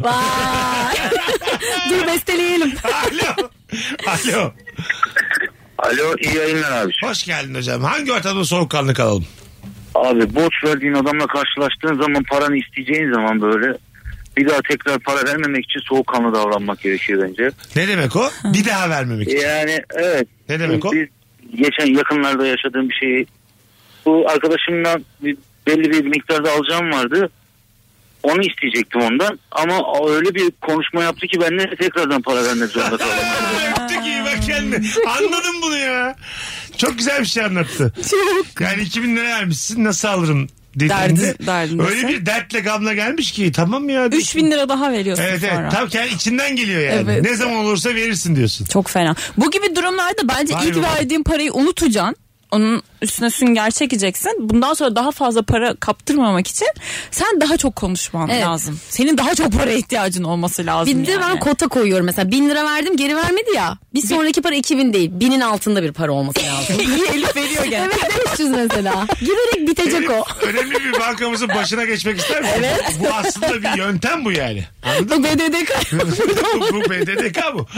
Dur besteleyelim. Alo. Alo, iyi yayınlar abi. Hoş geldin hocam. Hangi ortamda soğukkanlı kalalım? Abi borç verdiğin adamla karşılaştığın zaman, paranı isteyeceğin zaman böyle bir daha tekrar para vermemek için soğukkanlı davranmak gerekiyor bence. Ne demek o? Bir daha vermemek için. Yani evet. Ne demek o? Biz geçen yakınlarda yaşadığım bir şeyi, bu arkadaşımdan belli bir miktarda alacağım vardı. Onu isteyecektim ondan ama öyle bir konuşma yaptı ki ben de tekrardan para vermek zorunda kaldım. Öptük, iyi bak kendine. Anladım bunu ya. Çok güzel bir şey anlattı. Çok. Yani 2000 lira vermişsin, nasıl alırım dediğinde. Öyle bir dertle gamla gelmiş ki tamam ya. 3000 lira daha veriyorsun evet, sonra. Evet, tam kendi içinden geliyor yani. Evet. Ne zaman olursa verirsin diyorsun. Çok fena. Bu gibi durumlarda bence ilk verdiğin parayı unutacaksın. Onun üstüne sünger çekeceksin. Bundan sonra daha fazla para kaptırmamak için sen daha çok konuşman lazım. Senin daha çok paraya ihtiyacın olması lazım. Bir de ben kota koyuyorum mesela. 1000 lira verdim, geri vermedi ya. Bir sonraki para 2000 değil. 1000'in altında bir para olması lazım. İyi, Elif veriyor gene. Evet, 500 mesela. Giderek bitecek Elif, o. önemli bir bankamızın başına geçmek ister misin? Evet. Bu aslında bir yöntem bu yani. Anladın mı? BDDK. Bu BDDK bu.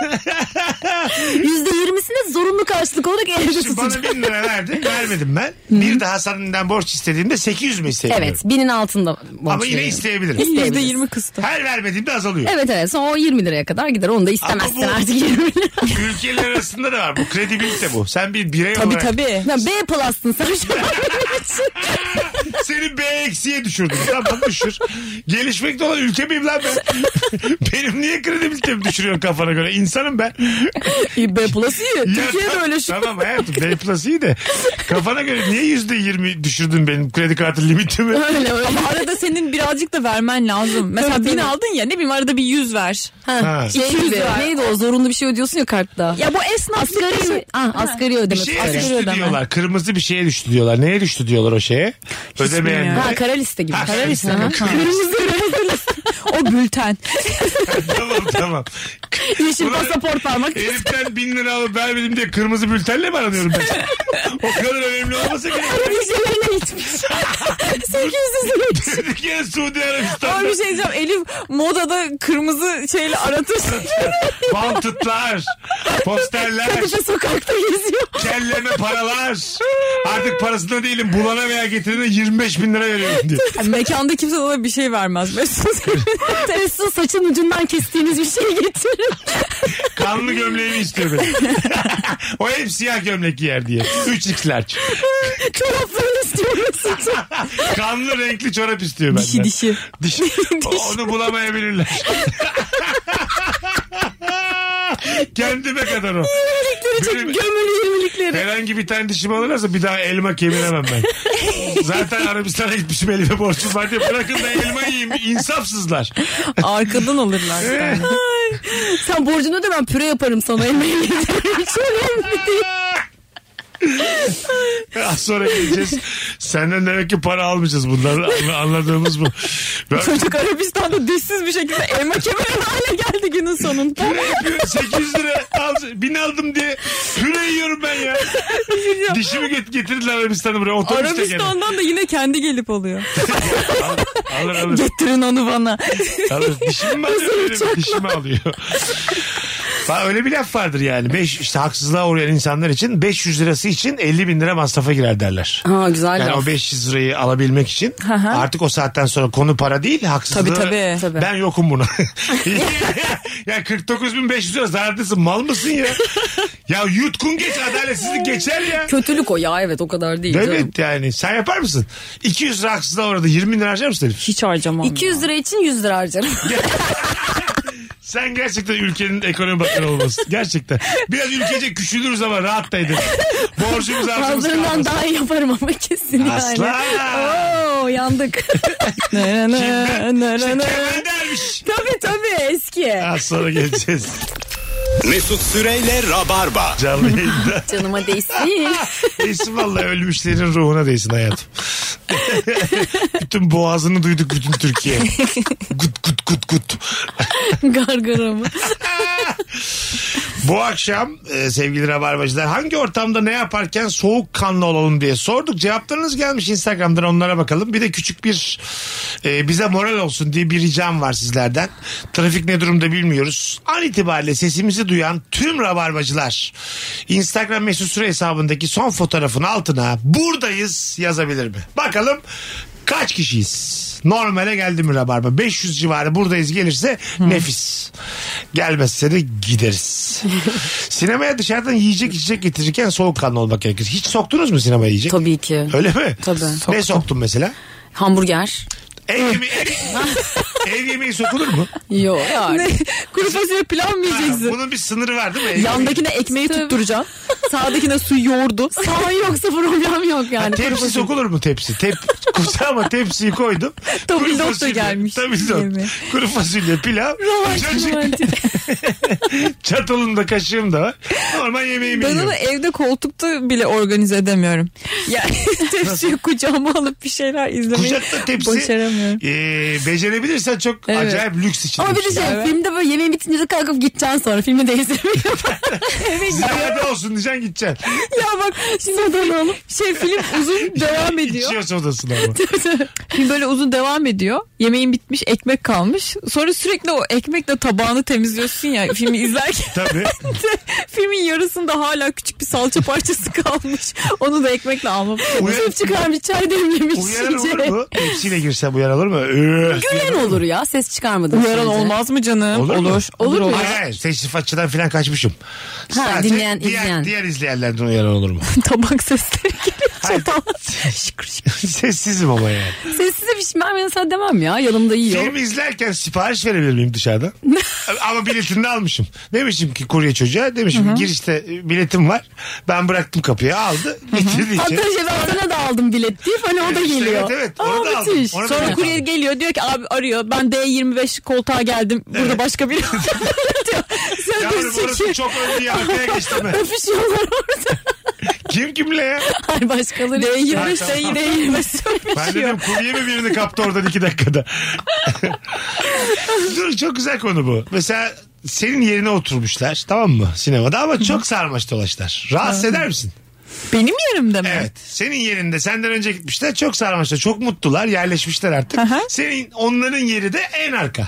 %20'sini zorunlu karşılık olarak elde Şimdi bana tutacak. 1000 lira verdin, vermedim ben. Bir daha senden borç istediğimde 800 mü isteyebilirim? Evet, 1000'in altında borç Ama yine veriyorum. isteyebilirim. %20 kıstı. Her vermediğimde azalıyor. Evet, sonra o 20 liraya kadar gider. Onu da istemezsin Ama bu- artık 20 lira. Ülkeler arasında da var. Bu kredibilite bu. Sen bir birey olarak Tabii. Ya B plus'sın sen şu an. seni B eksiye düşürdüm. Tamam, düşür. Gelişmekte olan ülke miyim lan ben? Benim niye kredibilitemi düşürüyorsun kafana göre? İnsanım ben. B plus iyi. Ya Türkiye'de öyle şu. Tamam hayatım, B plus iyi de kafana göre niye %20 düşürdün benim kredi kartı limitimi? Öyle. Ama arada senin birazcık da vermen lazım. Mesela 1000 aldın ya, ne bileyim arada bir 100 ver. Ha. Şey 200 gibi. lira. Neydi o zorunlu bir şey ödüyorsun ya kartta. Ya bu esnaflık Asgari ödeme. Bir şeye tutarı. düştü ödeme. diyorlar. Kırmızı bir şeye düştü diyorlar. Neye düştü diyorlar o şeye? Ödemeyen. bilmiyorum. Ha, kara liste gibi. Ha, Kara liste. kara Ha. liste. Kırmızı O bülten. Tamam. Yeşil Ulan, pasaport parmak. Heriften 1000 lira alıp vermedim diye kırmızı bültenle mi aranıyorum ben? O kadar önemli olmasa gerek. Vizelerine gitmiş. 800 lira gitmiş. Bir kere Suudi Ama Arabistan'da bir şey diyeceğim. Elif modada kırmızı şeyle aratır. bantutlar, posterler, Kadife sokakta geziyor. kelleme paralar. Artık parasında değilim. Bulana veya getirene 25 bin lira veriyorum diye. Yani mekanda kimse ona bir şey vermez. Mesut saçın ucundan kestiğiniz bir şey getirin. Kanlı gömleğimi istiyor benim. O hep siyah gömlek giyer diye. 3x large. Çoraplarını istiyor Mesut. Kanlı renkli çorap istiyor benden. Dişi. Onu bulamayabilirler. Kendime kadar o. Benim Gömülü 20'likleri. herhangi bir tane dişimi alırlarsa bir daha elma kemiremem ben. Zaten Arabistan'a gitmişim, elime borcum var diye bırakın da elma yiyeyim. İnsafsızlar. Arkadan alırlar. Yani. Sen borcunu öde, ben püre yaparım sana. Elmayı getiririm. Hiç önemli değil. Az sonra geleceğiz. Senden demek ki para almayacağız, bunları anladığımız bu. Çocuk Arabistan'da dişsiz bir şekilde elma kemiren hale geldi günün sonunda. Püre yapıyorum 800 lira 1000 aldım diye püre yiyorum ben ya. Dişimi getirdiler Arabistan'a buraya. Arabistan'dan da yine kendi gelip alıyor. Alır. Getirin onu bana. Alır. Dişimi mi alıyor? Dişimi alıyor. Öyle bir laf vardır yani. İşte haksızlığa uğrayan insanlar için 500 lirası için 50 bin lira masrafa girer derler. Ha, güzel yani laf. o 500 lirayı alabilmek için artık o saatten sonra konu para değil, haksızlığı. Tabii. Ben yokum buna. Ya 49.500 lira zarardasın, mal mısın ya? Ya yutkun geç, adaletsizlik geçer ya. Kötülük o ya, evet, o kadar değil. Evet yani sen yapar mısın? 200 lira haksızlığa uğradı, 20 bin lira harcar mısın Elif? Hiç harcamam. 200 lira için 100 lira harcarım. Sen gerçekten ülkenin ekonomi bakanı olmasın. Gerçekten. Biraz ülkece küçülürüz ama rahat da ederiz. Borcumuz harcımız Fazlarından kalmasın. daha iyi yaparım ama kesin Aslan. yani. Oo, yandık. Kemal dermiş. Tabii eski. Az sonra geleceğiz. Mesut Süreyle Rabarba. Canlı yayında. Canıma değsin. Değsin vallahi, ölmüşlerin ruhuna değsin hayatım. Bütün boğazını duyduk bütün Türkiye. Gut. Gargara mı? Bu akşam sevgili Rabarbacılar, hangi ortamda ne yaparken soğukkanlı olalım diye sorduk. Cevaplarınız gelmiş Instagram'dan, onlara bakalım. Bir de küçük bir bize moral olsun diye bir ricam var sizlerden. Trafik ne durumda bilmiyoruz. An itibariyle sesimizi duyan tüm Rabarbacılar Instagram Mesut Süre hesabındaki son fotoğrafın altına buradayız yazabilir mi? Bakalım kaç kişiyiz? Normale geldi mi Rabarba? 500 civarı buradayız gelirse nefis. Gelmezse de gideriz. Sinemaya dışarıdan yiyecek içecek getirirken soğukkanlı olmak gerekir. Hiç soktunuz mu sinemaya yiyecek? Tabii ki. Öyle mi? Tabii. Ne soktun mesela? Hamburger. Ev yemeği sokulur mu? Yok yani. Kuru fasulye pilav mı yiyeceksin? Bunun bir sınırı var değil mi? Yandakine ekmeği tutturacaksın. Sağdakine su yoğurdu. Sağ yoksa problem yok yani. Tepsi sokulur mu tepsi? Ama tepsiyi koydum. Tabildot da gelmiş. Tabildot. Kuru fasulye, pilav. Romantik. Çatalım da kaşığım da var. Normal yemeğimi Ben yiyorum. onu evde koltukta bile organize edemiyorum. Yani tepsiyi kucağıma alıp bir şeyler izlemeyi Kucakta tepsi başaramıyorum. becerebilirsen çok acayip lüks için. Ama bir de filmde böyle yemeğin bitince de kalkıp gideceksin sonra. Filmi değiştirmeyi Ziyade olsun diyeceksin, gideceksin. Ya bak şimdi film uzun devam ediyor. İçiyor sodasını ama. Film böyle uzun devam ediyor. Yemeğin bitmiş, ekmek kalmış. Sonra sürekli o ekmekle tabağını temizliyorsun ya filmi izlerken. Tabii. Filmin yarısında hala küçük bir salça parçası kalmış. Onu da ekmekle almam. Sırf çıkarmış, çay demlemiş. Uyaran olur mu? Tepsiyle girsem uyaran olur mu? Güven olur ya, ses çıkarmadım. Uyaran olmaz mı canım? Olur mu? Olur mu? Hayır. Teşrifatçıdan falan kaçmışım. Ha, Sadece dinleyen, izleyen. Diğer izleyenlerden uyaran olur mu? Tabak sesleri geliyor. Hayır. Sessizim ama yani. Sessize bir şey ben mesela demem ya, yanımda yiyor. Film izlerken sipariş verebilir miyim dışarıdan? Ama biletini de almışım. Demişim ki kurye çocuğa, demişim girişte biletim var. Ben bıraktım kapıya, aldı. Getirdi Hatta içeri. ben sana da aldım bilet deyip hani o da geliyor. Evet. Onu da aldım. müthiş. Onu da Sonra aldım. kurye geliyor diyor ki abi arıyor. Ben D25 koltuğa geldim. Burada başka biri diyor. Sen Yavrum de orası çekiyor. çok önlü ya. Arkaya geçtim ben. Öpüşüyorlar orada. Kim kimle ya? Ay başkaları. D25 tamam. D25 Ben dedim kurye mi birini kaptı oradan 2 dakikada. Dur, çok güzel konu bu. Mesela senin yerine oturmuşlar, tamam mı, sinemada, ama çok sarmaş dolaşlar. Rahatsız eder misin? Benim yerimde mi? Evet. Senin yerinde senden önce gitmişler, çok sarmaşlar, çok mutlular, yerleşmişler artık. Senin onların yeri de en arka.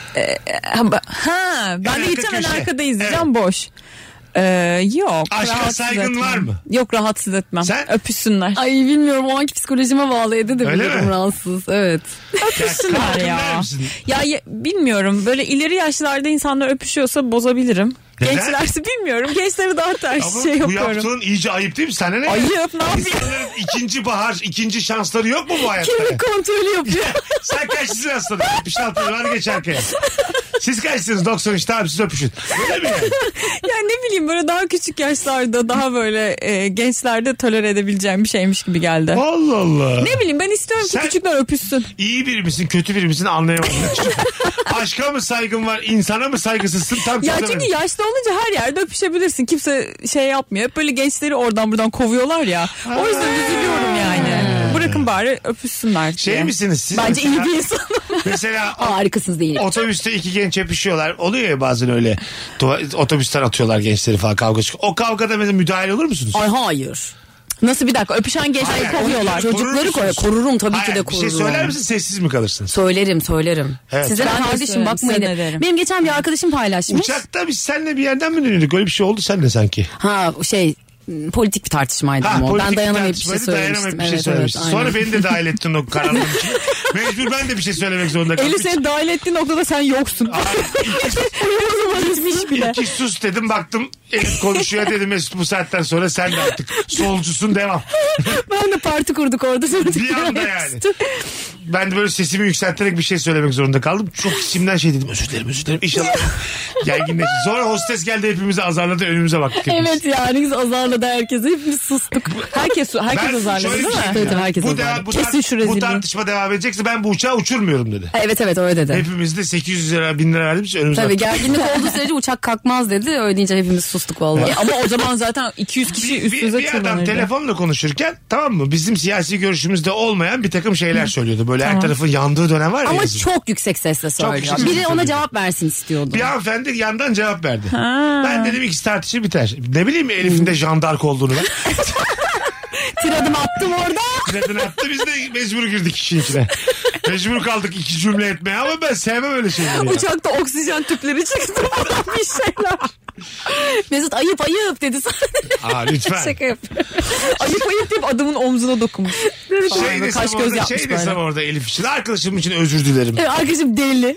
Ben arka de gideceğim en köşe. arkada izleyeceğim, boş. Yok. Aşka rahatsız saygın etmem. var mı? Yok, rahatsız etmem. Sen? Öpüşsünler. Ay bilmiyorum, o anki psikolojime bağlı Öyle mi? edebilirim rahatsız. Evet. Öpüşsünler kalkın ya. der misin? Ya bilmiyorum, böyle ileri yaşlarda insanlar öpüşüyorsa bozabilirim. Neden? Gençlerse bilmiyorum. Gençleri daha ters Ama şey bu yapıyorum. yaptığın iyice ayıp değil mi? Sana ne? Ayıp, ne yapayım? İnsanların ikinci bahar, ikinci şansları yok mu bu hayatta? Kimlik kontrolü yapıyor. Sen kaçsın aslanım? 76 var, geç arkaya. Siz kaçsınız? 93, tamam, siz öpüşün. Öyle mi yani? Ya ne bileyim, böyle daha küçük yaşlarda daha böyle gençlerde tolere edebileceğim bir şeymiş gibi geldi. Allah Allah. Ne bileyim, ben istiyorum ki Sen- küçükler öpüşsün. İyi biri misin, kötü biri misin anlayamadım. Aşka mı saygın var, insana mı saygısızsın, tam Ya çözemedim. çünkü yaşlı olunca her yerde öpüşebilirsin. Kimse şey yapmıyor. Hep böyle gençleri oradan buradan kovuyorlar ya. O yüzden üzülüyorum yani. Bırakın bari öpüşsünler diye. Şey misiniz siz? Bence mesela, iyi bir insan. Mesela Harikasınız değil. otobüste iki genç öpüşüyorlar. Oluyor ya bazen öyle. Otobüsten atıyorlar gençleri falan, kavga çıkıyor. O kavgada mesela müdahale olur musunuz? Ay hayır. Nasıl, bir dakika, öpüşen gençleri Hayır, kovuyorlar. korur Çocukları musunuz? korurum tabii ki de Hayır, korurum. bir şey söyler misin, sessiz mi kalırsınız? Söylerim. Evet. Size de Ben de kardeşim söylerim, bakmayın. size de derim. Benim geçen bir arkadaşım paylaşmış. Uçakta biz seninle bir yerden mi dönüyorduk? Öyle bir şey oldu seninle sanki. Ha politik bir tartışmaydı ama o. politik Ben dayanamayıp bir şey tartışmaydı, söylemiştim. bir şey söylemiştin. aynen. Sonra beni de dahil ettin o karanlığın için. Mecbur ben de bir şey söylemek zorunda kaldım. Eli seni dahil ettiği noktada sen yoksun. O zaman gitmiş bile. İki sus dedim, baktım Elif konuşuyor, dedim Mesut bu saatten sonra sen de artık solcusun, devam. Ben de parti kurduk orada. Bir anda yani. Ben de böyle sesimi yükselterek bir şey söylemek zorunda kaldım. Çok içimden şey dedim, özür dilerim inşallah. Gerginleşti. Sonra hostes geldi, hepimizi azarladı, önümüze baktık hepimiz. Evet yani azarladı herkese. Hepimiz sustuk. Herkes Ben azarladı şöyle değil bir mi? şey Evet, herkes bu, azarladı. Kesin şu rezilliği. bu tartışma devam edecekse ben bu uçağı uçurmuyorum dedi. Evet öyle dedi. Hepimiz de 800 lira 1000 lira verdiğimiz için önümüze Tabii baktık. gerginlik olduğu sürece uçak kalkmaz dedi. Öyle deyince hepimiz sustuk vallahi. Ama o zaman zaten 200 kişi üstünüze Bir adam tırmanırdı. telefonla konuşurken, tamam mı, bizim siyasi görüşümüzde olmayan bir takım şeyler söylüyordu. Böyle her tarafın yandığı dönem var ya. Ama yazın. çok yüksek sesle söylüyor. yüksek Biri sesle ona söylüyor. cevap versin istiyordu. Bir hanımefendi yandan cevap verdi. Ben dedim ikisi tartışır biter. Ne bileyim Elif'in de jandark olduğunu ben. Tiradım attım orada. Tiradını attı, biz de mecbur girdik işin içine. Mecbur kaldık iki cümle etmeye, ama ben sevmem öyle şeyleri ya. Uçakta oksijen tüpleri çıktı falan bir şeyler. Mesut ayıp dedi sadece. Aa, lütfen. Şaka yapıyorum. Ayıp deyip adamın omzuna dokunmuş. Şey Kaş desem göz orada, yapmış şey böyle. desem orada Elif için, arkadaşım için özür dilerim. Evet, arkadaşım deli.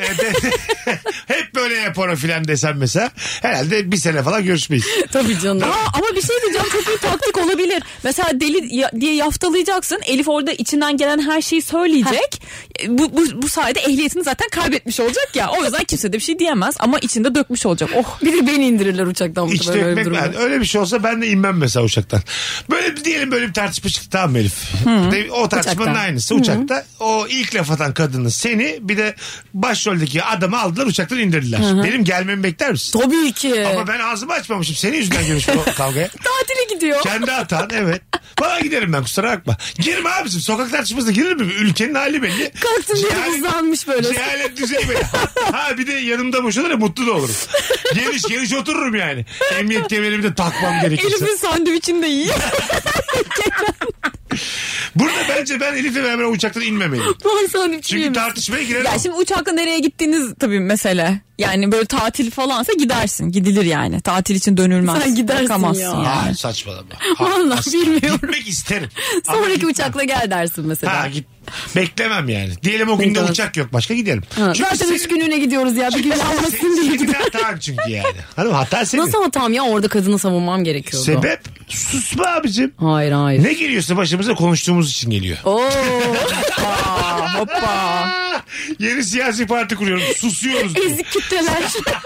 Hep böyle yapar o filan desem mesela, herhalde bir sene falan görüşmeyiz. Tabii canım. Ama bir şey diyeceğim, çok iyi taktik olabilir. Mesela deli diye yaftalayacaksın. Elif orada içinden gelen her şeyi söyleyecek. Bu sayede ehliyetini zaten kaybetmiş olacak ya. O yüzden kimse de bir şey diyemez ama içinde dökmüş olacak. Oh. Bir de beni indirirler uçaktan. İç böyle bir dökmek, durumda. yani öyle bir şey olsa ben de inmem mesela uçaktan. Diyelim böyle bir tartışma çıktı, tamam mı Elif? O tartışmanın Uçaktan. aynısı uçakta. O ilk laf atan kadını, seni, bir de başroldeki adamı aldılar, uçaktan indirdiler. Benim gelmemi bekler misin? Tabii ki. Ama ben ağzımı açmamışım. Senin yüzünden görüştüm o kavgaya. Tatile gidiyor. Kendi hatan, evet. Bana giderim ben, kusura bakma. Girme abicim, sokak tartışmasına girer mi? Ülkenin hali belli. Kalktım yere uzanmış böyle. Cehalet düzeyi belli. Ha bir de yanımda boşalır ya, mutlu da olurum. Geniş otururum yani. Emniyet kemerimi de takmam gerekirse. Elif'in sandviçini de yiyin. Burada bence ben Elif'le beraber uçaktan inmemeliyim. Ben sandviç Çünkü yiyeyim. tartışmaya girerim. Ya şimdi uçakla nereye gittiğiniz tabii mesele. Yani böyle tatil falansa gidersin. Gidilir yani. Tatil için dönülmez. Sen gidersin Bakamazsın ya. yani. Ha, saçmalama. Vallahi Asla. bilmiyorum. Gitmek isterim. Ama Sonraki gitmem. uçakla gel dersin mesela. Ha git. Beklemem yani. Diyelim o günde Beklemez. uçak yok, başka giderim. Ha, zaten 3 günlüğüne gidiyoruz ya. Bir gün almasın diye Senin gidiyor. hatan çünkü yani. Hanım hata senin. Nasıl hatam ya, orada kadını savunmam gerekiyordu. Sebep? Susma abicim. Hayır. Ne geliyorsa başımıza konuştuğumuz için geliyor. Oo. Hoppa. Yeni siyasi parti kuruyorum. Susuyoruz diye. Ezik Kitleler.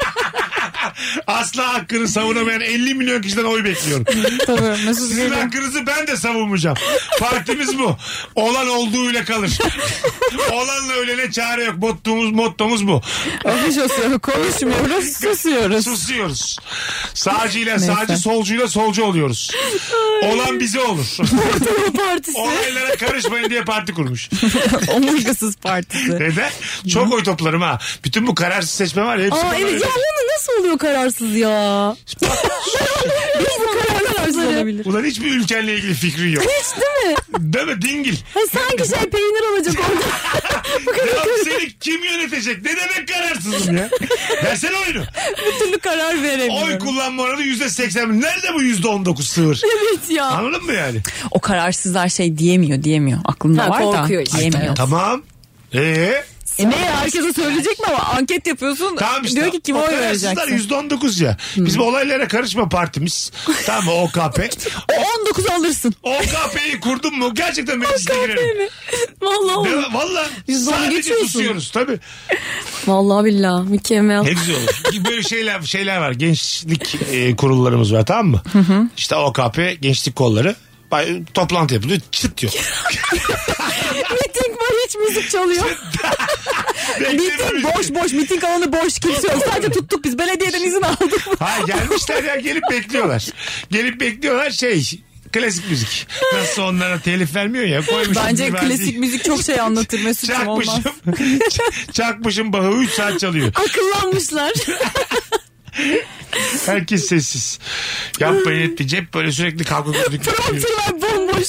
Asla hakkını savunamayan 50 milyon kişiden oy bekliyorum. Tabii Mesut Sizin geliyor. hakkınızı ben de savunmayacağım. Partimiz bu. Olan olduğuyla kalır. Olanla ölene çare yok. Mottomuz bu. Afiş asıyoruz, konuşmuyoruz, susuyoruz. Susuyoruz. Sağcıyla sağcı, solcuyla solcu oluyoruz. Olan bize olur. Partisi. Olaylara karışmayın diye parti kurmuş. Omurgasız partisi. Neden? Çok oy toplarım ha. Bütün bu kararsız seçme var ya. Hepsi bana Evet öyle. ya onu nasıl oluyor kararsız ya? Biz bu kararsızları. Olabilir. Ulan hiçbir ülkenle ilgili fikrin yok. Hiç değil mi? Değil mi? Dingil. Hayır, sanki peynir alacak orada. Ya seni kim yönetecek? Ne demek kararsızım ya? Versene oyunu. Bir türlü karar veremiyorum. Oy kullanma oranı %80. Nerede bu %19 sığır? Evet ya. Anladın mı yani? O kararsızlar şey diyemiyor. Aklımda Ha, var da korkuyor işte. diyemiyor. Tamam. Herkese söyleyecek mi ama anket yapıyorsun. Tamam işte. Diyor ki kime o oy kararsızlar vereceksin? %19 ya. Bizim olaylara karışma partimiz. Tamam mı? OKP. O 19 alırsın. OKP'yi kurdun mu? Gerçekten meclise girerim. Vallahi. Valla. %10'u Sadece geçiyorsun. susuyoruz tabii. Vallahi billahi mükemmel. Ne güzel olur. Böyle şeyler var. Gençlik kurullarımız var, tamam mı? İşte OKP gençlik kolları. Toplantı yapılıyor. Çıt yok. Miting var, hiç müzik çalıyor. Miting boş miting alanı boş, kimse yok. Sadece tuttuk biz, belediyeden izin aldık. Hayır, gelmişler ya, gelip bekliyorlar. Klasik müzik. Nasıl onlara telif vermiyor ya. Bence klasik müzik çok şey anlatır Mesut'cum, olmaz. Çakmışım bahı 3 saat çalıyor. Akıllanmışlar. Herkes sessiz. Yapmayın etti. Cep böyle sürekli kavga gürültü. Prompterlar bomboş.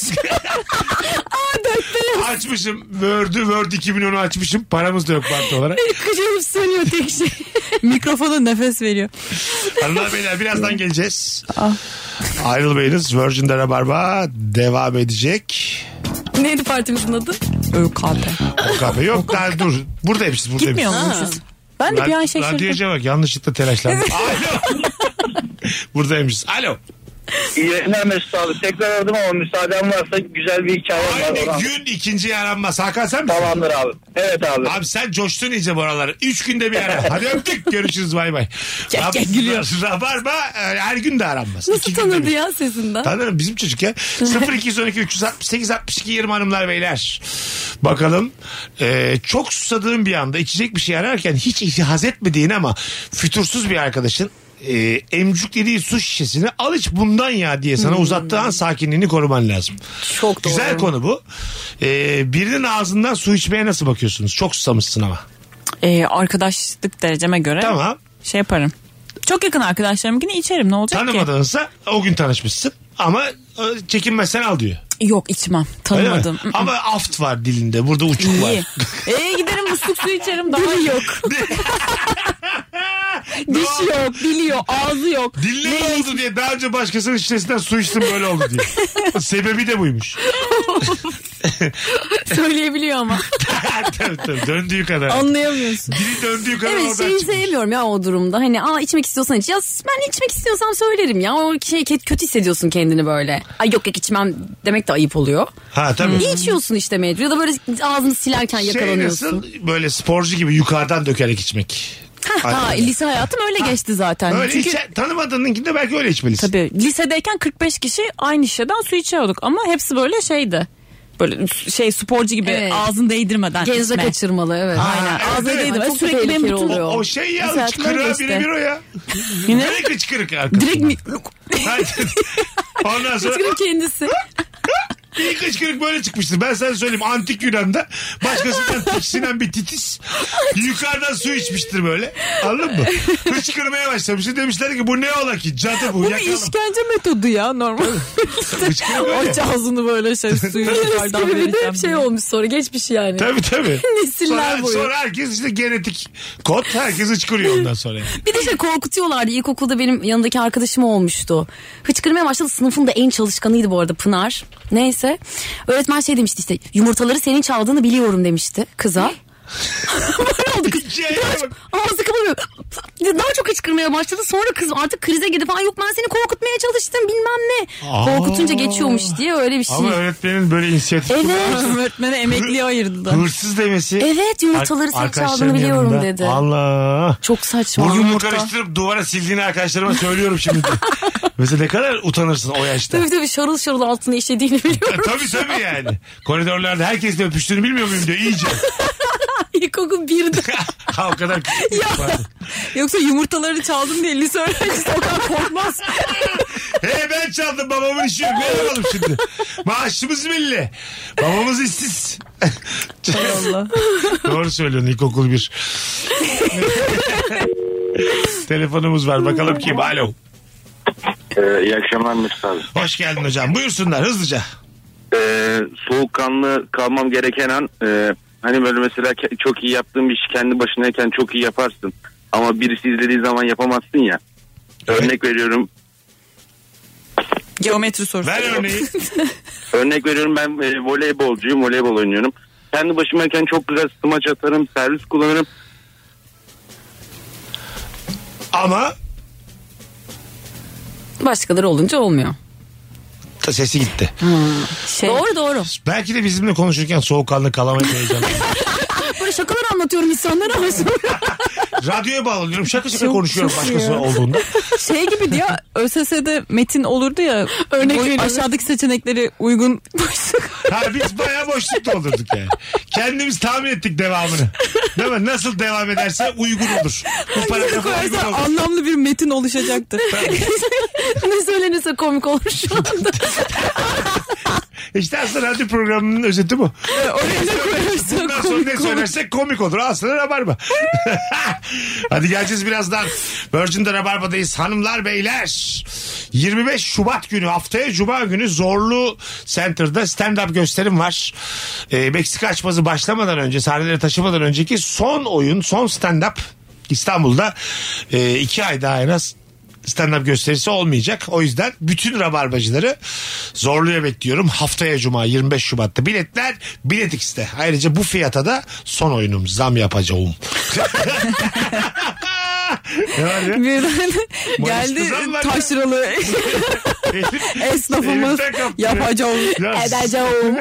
Açmışım. Word 2010'u açmışım. Paramız da yok parti olarak. Kıcırıp sönüyor tek şey. Mikrofona nefes veriyor. Hanımlar beyler, birazdan geleceğiz. Ayrılmayınız. Virgin'de Rabarba devam edecek. Neydi partimizin adı? OKP yok. Daha dur. Buradaymışız. Gitmiyor muymuşuz? Ben de bir an şaşırdım. Radyoca bak, yanlışlıkla telaşlandım. Alo. Buradaymışız. Alo. İyi yayınlar Mesut abi. Tekrar aradım ama müsaaden varsa güzel bir hikayem var. Aynı gün ikinci aranmaz. Hakan sen misin? Tamamdır abi. Evet abi. Abi sen coştun iyice bu aralar. 3 günde bir ara. Hadi öptük. Görüşürüz, bay bay. gülüyor. Rabarba her gün de aranmaz. Nasıl tanıdı ya sesinden? Tanırım, bizim çocuk ya. 0212 368 62 20 hanımlar beyler. Bakalım çok susadığın bir anda içecek bir şey ararken hiç haz etmediğin ama fütursuz bir arkadaşın emcüklediği su şişesini al iç bundan ya diye sana uzattığı an sakinliğini koruman lazım. Çok doğru. Güzel konu bu. Birinin ağzından su içmeye nasıl bakıyorsunuz? Çok susamışsın ama. Arkadaşlık dereceme göre Tamam. şey yaparım. Çok yakın arkadaşlarımkini içerim, ne olacak ki? Tanımadığınsa o gün tanışmışsın ama çekinmezsen al diyor. Yok, içmem. Öyle mi? Tanımadım. Ama aft var dilinde. Burada uçuk var. İyi. Giderim musluk suyu içerim, daha iyi yok. Diş yok, dili yok, ağzı yok. Dille ne oldu diye daha önce başkasının şişesinden su içtim böyle oldu diye. Sebebi de buymuş. Söyleyebiliyor ama. tabii, döndüğü kadar. Anlayamıyorsun. Dili döndüğü kadar Evet, oradan şeyi çıkmış. sevmiyorum ya o durumda. Hani içmek istiyorsan iç. Ya ben içmek istiyorsam söylerim ya. O kötü hissediyorsun kendini böyle. Ay yok içmem demek de ayıp oluyor. Ha tabii. İçiyorsun işte mecbur. Ya da böyle ağzını silerken yakalanıyorsun. Nasıl böyle sporcu gibi yukarıdan dökerek içmek. Lise hayatım öyle geçti zaten. Öyle Çünkü tanımadığınınkinde belki öyle içmelisin. tabii lisedeyken 45 kişi aynı şişeden su içiyorduk ama hepsi böyle şeydi. Böyle sporcu gibi Evet. ağzını değdirmeden Genze içme. kaçırmalı, evet. Aynen. evet, Ağzına evet. değdirmeden Çok sürekli benim tehlikeli bütün oluyor. O şey ya, Saatler hıçkırığa geçti. birebir o ya. Yine Direkt hıçkırık arkasında. direkt mi? Ondan sonra Hıçkırık kendisi. İlk hıçkırık böyle çıkmıştır. Ben sana söyleyeyim, antik Yunan'da başkasından tiksinen bir titis yukarıdan su içmiştir böyle. Anladın mı? Hıçkırmaya başlamıştır. Demişler ki bu ne ola ki? Cadı bu. Bu bir Yakalım. işkence metodu ya normal. Hıçkırık öyle. Aç ağzını böyle suyu yukarıdan Bir de vereceğim. hep şey olmuş sonra geçmiş yani. Tabii. Nesiller boyu. Sonra herkes işte genetik kod. Herkes hıçkırıyor ondan sonra. Yani. Bir de korkutuyorlardı. İlkokulda benim yanındaki arkadaşım olmuştu. Hıçkırmaya başladı. Sınıfın da en çalışkanıydı bu arada, Pınar. Neyse. Öğretmen şey demişti işte, yumurtaları senin çaldığını biliyorum demişti kıza. Böyle oldu kız. Hikayeye bak. Ağzı kapalı. daha çok hıçkırmaya başladı. Sonra kız artık krize girdi falan. Yok ben seni korkutmaya çalıştım bilmem ne. Korkutunca geçiyormuş diye öyle bir şey. Ama öğretmenin böyle inisiyatif. Evet. Öğretmene emekliye ayırdı. Hırsız demesi. Evet yumurtaları sen Arkadaşların çaldığını biliyorum yanında. dedi. Allah. Çok saçma. Burnunu karıştırıp duvara sildiğini arkadaşlarıma söylüyorum şimdi. Mesela ne kadar utanırsın o yaşta. Tabii şarıl şarıl altına işlediğini biliyorum. Tabii yani. Koridorlarda herkesle öpüştüğünü bilmiyor muyum diyor iyice. İlkokul 1'de. Ha o kadar küçük. Yoksa yumurtaları çaldım diye lise öğrencisi o kadar korkmaz. Ben çaldım babamın işi yok. Ne yapalım şimdi? Maaşımız belli. Babamız işsiz. Allah. Doğru söylüyorsun ilkokul 1. Telefonumuz var bakalım kim? Alo. İyi akşamlar Mesut abi. Hoş geldin hocam. Buyursunlar hızlıca. Soğukkanlı kalmam gereken an hani böyle mesela çok iyi yaptığın bir işi kendi başınayken çok iyi yaparsın. Ama birisi izlediği zaman yapamazsın ya. Evet. Örnek veriyorum. Geometri sorusu. Ver örneği. Örnek veriyorum ben voleybolcuyum. Voleybol oynuyorum. Kendi başımayken çok güzel smaç atarım. Servis kullanırım. Ama Başkaları olunca olmuyor. sesi gitti. Doğru. Belki de bizimle konuşurken soğukkanlı kalamayı heyecanlı. Böyle şakalar anlatıyorum insanlara ama sonra. Radyoya bağlanıyorum. Şaka konuşuyorum başkası olduğunda. Şey gibi diye ÖSS'de metin olurdu ya. Aşağıdaki seçenekleri uygun boşluk. Ha biz bayağı boşlukta olurduk yani. Kendimiz tahmin ettik devamını. Değil mi? Nasıl devam ederse uygun olur. Bu paragrafa uygun olur. Anlamlı bir metin oluşacaktır. Ne söylenirse komik olur şu anda. İşte aslında radyo programının özeti bu. Oraya ne koyarsa Bundan sonra ne söylersek komik olur. Aslında Rabarba. Hadi geleceğiz birazdan. Virgin'de Rabarba'dayız hanımlar beyler. 25 Şubat günü haftaya Cuma günü Zorlu Center'da stand-up gösterim var. Meksika açması başlamadan önce sahneleri taşımadan önceki son oyun son stand-up İstanbul'da 2 ay daha en az stand-up gösterisi olmayacak. O yüzden bütün rabarbacıları Zorlu'ya bekliyorum. Haftaya Cuma 25 Şubat'ta biletler Bilet X'te. Ayrıca bu fiyata da son oyunum zam yapacağım. Ne var ya? Birden geldi taşralı esnafımız yapacağım. Edeceğim.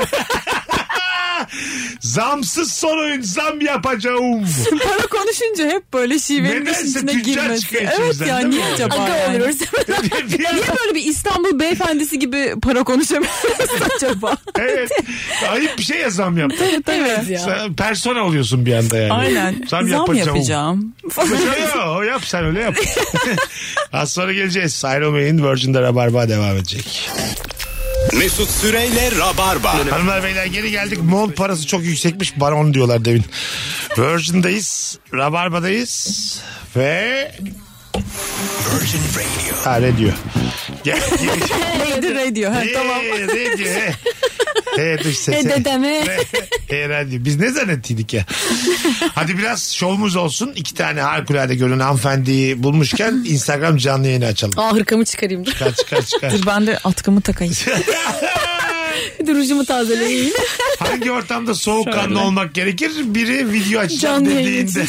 Zamsız son oyun zam yapacağım. Para konuşunca hep böyle şivenin Nedense içine tüccar girmesi. çıkıyor Evet içimizden, ya değil niye mi? acaba Aga yani? oluruz. Niye böyle bir İstanbul beyefendisi gibi para konuşamıyoruz acaba? Evet. Ayıp bir şey ya zam yaptın. Evet ya. Sen persona oluyorsun bir anda yani. Aynen. Zam yapacağım. Yo, yap sen öyle yap. Az sonra geleceğiz. Ayrılmayın. Virgin'de Rabarba devam edecek. Mesut Süreyle Rabarba. Hanımlar beyler geri geldik. Mont parası çok yüksekmiş. Bana onu diyorlar demin. Virgin'dayız. Rabarba'dayız. Ve Virgin Radio. ha ne diyor? Gel. Radio. Tamam. Radio. Evet işte. Dedeme. Radyo. Biz ne zannettiydik ya? Hadi biraz şovumuz olsun. 2 tane harikulade görünen hanımefendiyi bulmuşken Instagram canlı yayını açalım. Hırkamı çıkarayım. Çıkar. Dur ben de atkımı takayım. Durucumu tazeleyeyim. Hangi ortamda soğukkanlı olmak gerekir? Biri video açacağım Canlı yayın dediğinde.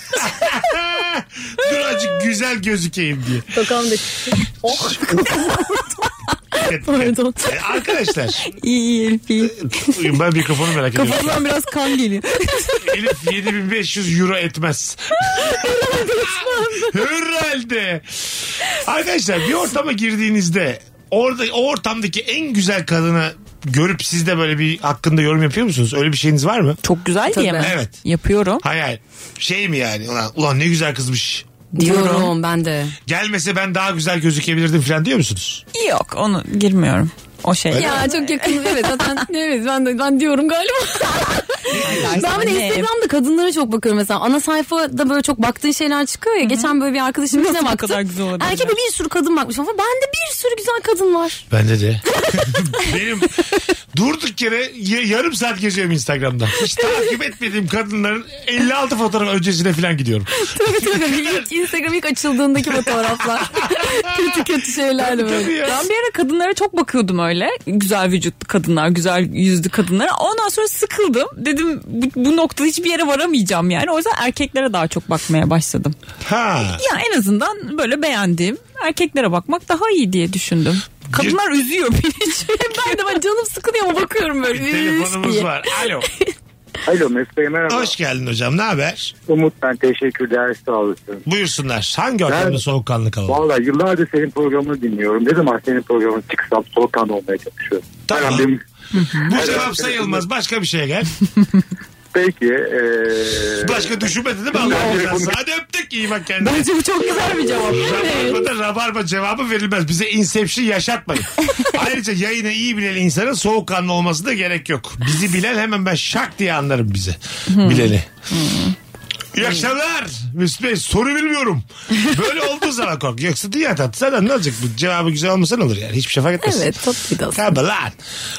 Dur azıcık güzel gözükeyim diye. Bakalım da. Pardon. Arkadaşlar. İyi Elif iyi. Ben mikrofonu merak ediyorum. Kafamdan biraz kan geliyor. Elif 7500 euro etmez. Herhalde. Arkadaşlar bir ortama girdiğinizde orada o ortamdaki en güzel kadını görüp siz de böyle bir hakkında yorum yapıyor musunuz? Öyle bir şeyiniz var mı? Çok güzel diye mi? Evet. Yapıyorum. Hayır. Şey mi yani? Ulan ne güzel kızmış. Diyorum ben de. Gelmese ben daha güzel gözükebilirdim falan diyor musunuz? Yok onu girmiyorum. O şey. Ya çok yakın. Evet zaten evet ben diyorum galiba. Ben bir de Instagram'da kadınlara çok bakıyorum mesela. Ana sayfada böyle çok baktığın şeyler çıkıyor ya. Geçen böyle bir arkadaşım bize baktı. kadar güzel olabilir? Erkekte bir sürü kadın bakmış ama bende bir sürü güzel kadın var. Bende de. Benim Durduk yere yarım saat geziyorum Instagram'da. Hiç takip etmediğim kadınların 56 fotoğraf öncesine falan gidiyorum. Tabii. Instagram ilk açıldığındaki fotoğraflar. kötü şeylerle böyle. Ben bir ara kadınlara çok bakıyordum öyle. Güzel vücutlu kadınlar, güzel yüzlü kadınlara. Ondan sonra sıkıldım. Dedim bu noktada hiçbir yere varamayacağım yani. O yüzden erkeklere daha çok bakmaya başladım. Ha. Ya en azından böyle beğendiğim erkeklere bakmak daha iyi diye düşündüm. Kadınlar üzüyor beni. Ben canım sıkılıyor ama bakıyorum böyle. Telefonumuz var. Alo. Alo Mesut Bey merhaba. Hoş geldin hocam. Ne haber? Umut ben teşekkürler sağ olasın. Buyursunlar. Hangi ortamda soğukkanlı kalalım? Valla yıllardır senin programını dinliyorum. Ne zaman senin programını çıksam soğukkanlı olmaya çalışıyorum. Tamam. Bu cevap sayılmaz. Başka bir şeye gel. Peki. Başka düşünmedi değil mi Allah'ım? Hadi öptük. İyi bak kendine. Bence bu çok güzel bir cevap. Rabarba'da Rabarba cevabı verilmez. Bize Inception yaşatmayın. Ayrıca yayını iyi bilen insanın soğukkanlı olması da gerek yok. Bizi bilen hemen ben şak diye anlarım bizi. Bileni. İyi akşamlar. Mesut Bey soru bilmiyorum. Böyle olduğu zaman kork. Yoksa dünya tatlı. Zaten ne olacak bu? Cevabı güzel olmasa ne olur yani? Hiçbir şey fark etmez. Evet tatlıydı aslında. Tabii lan.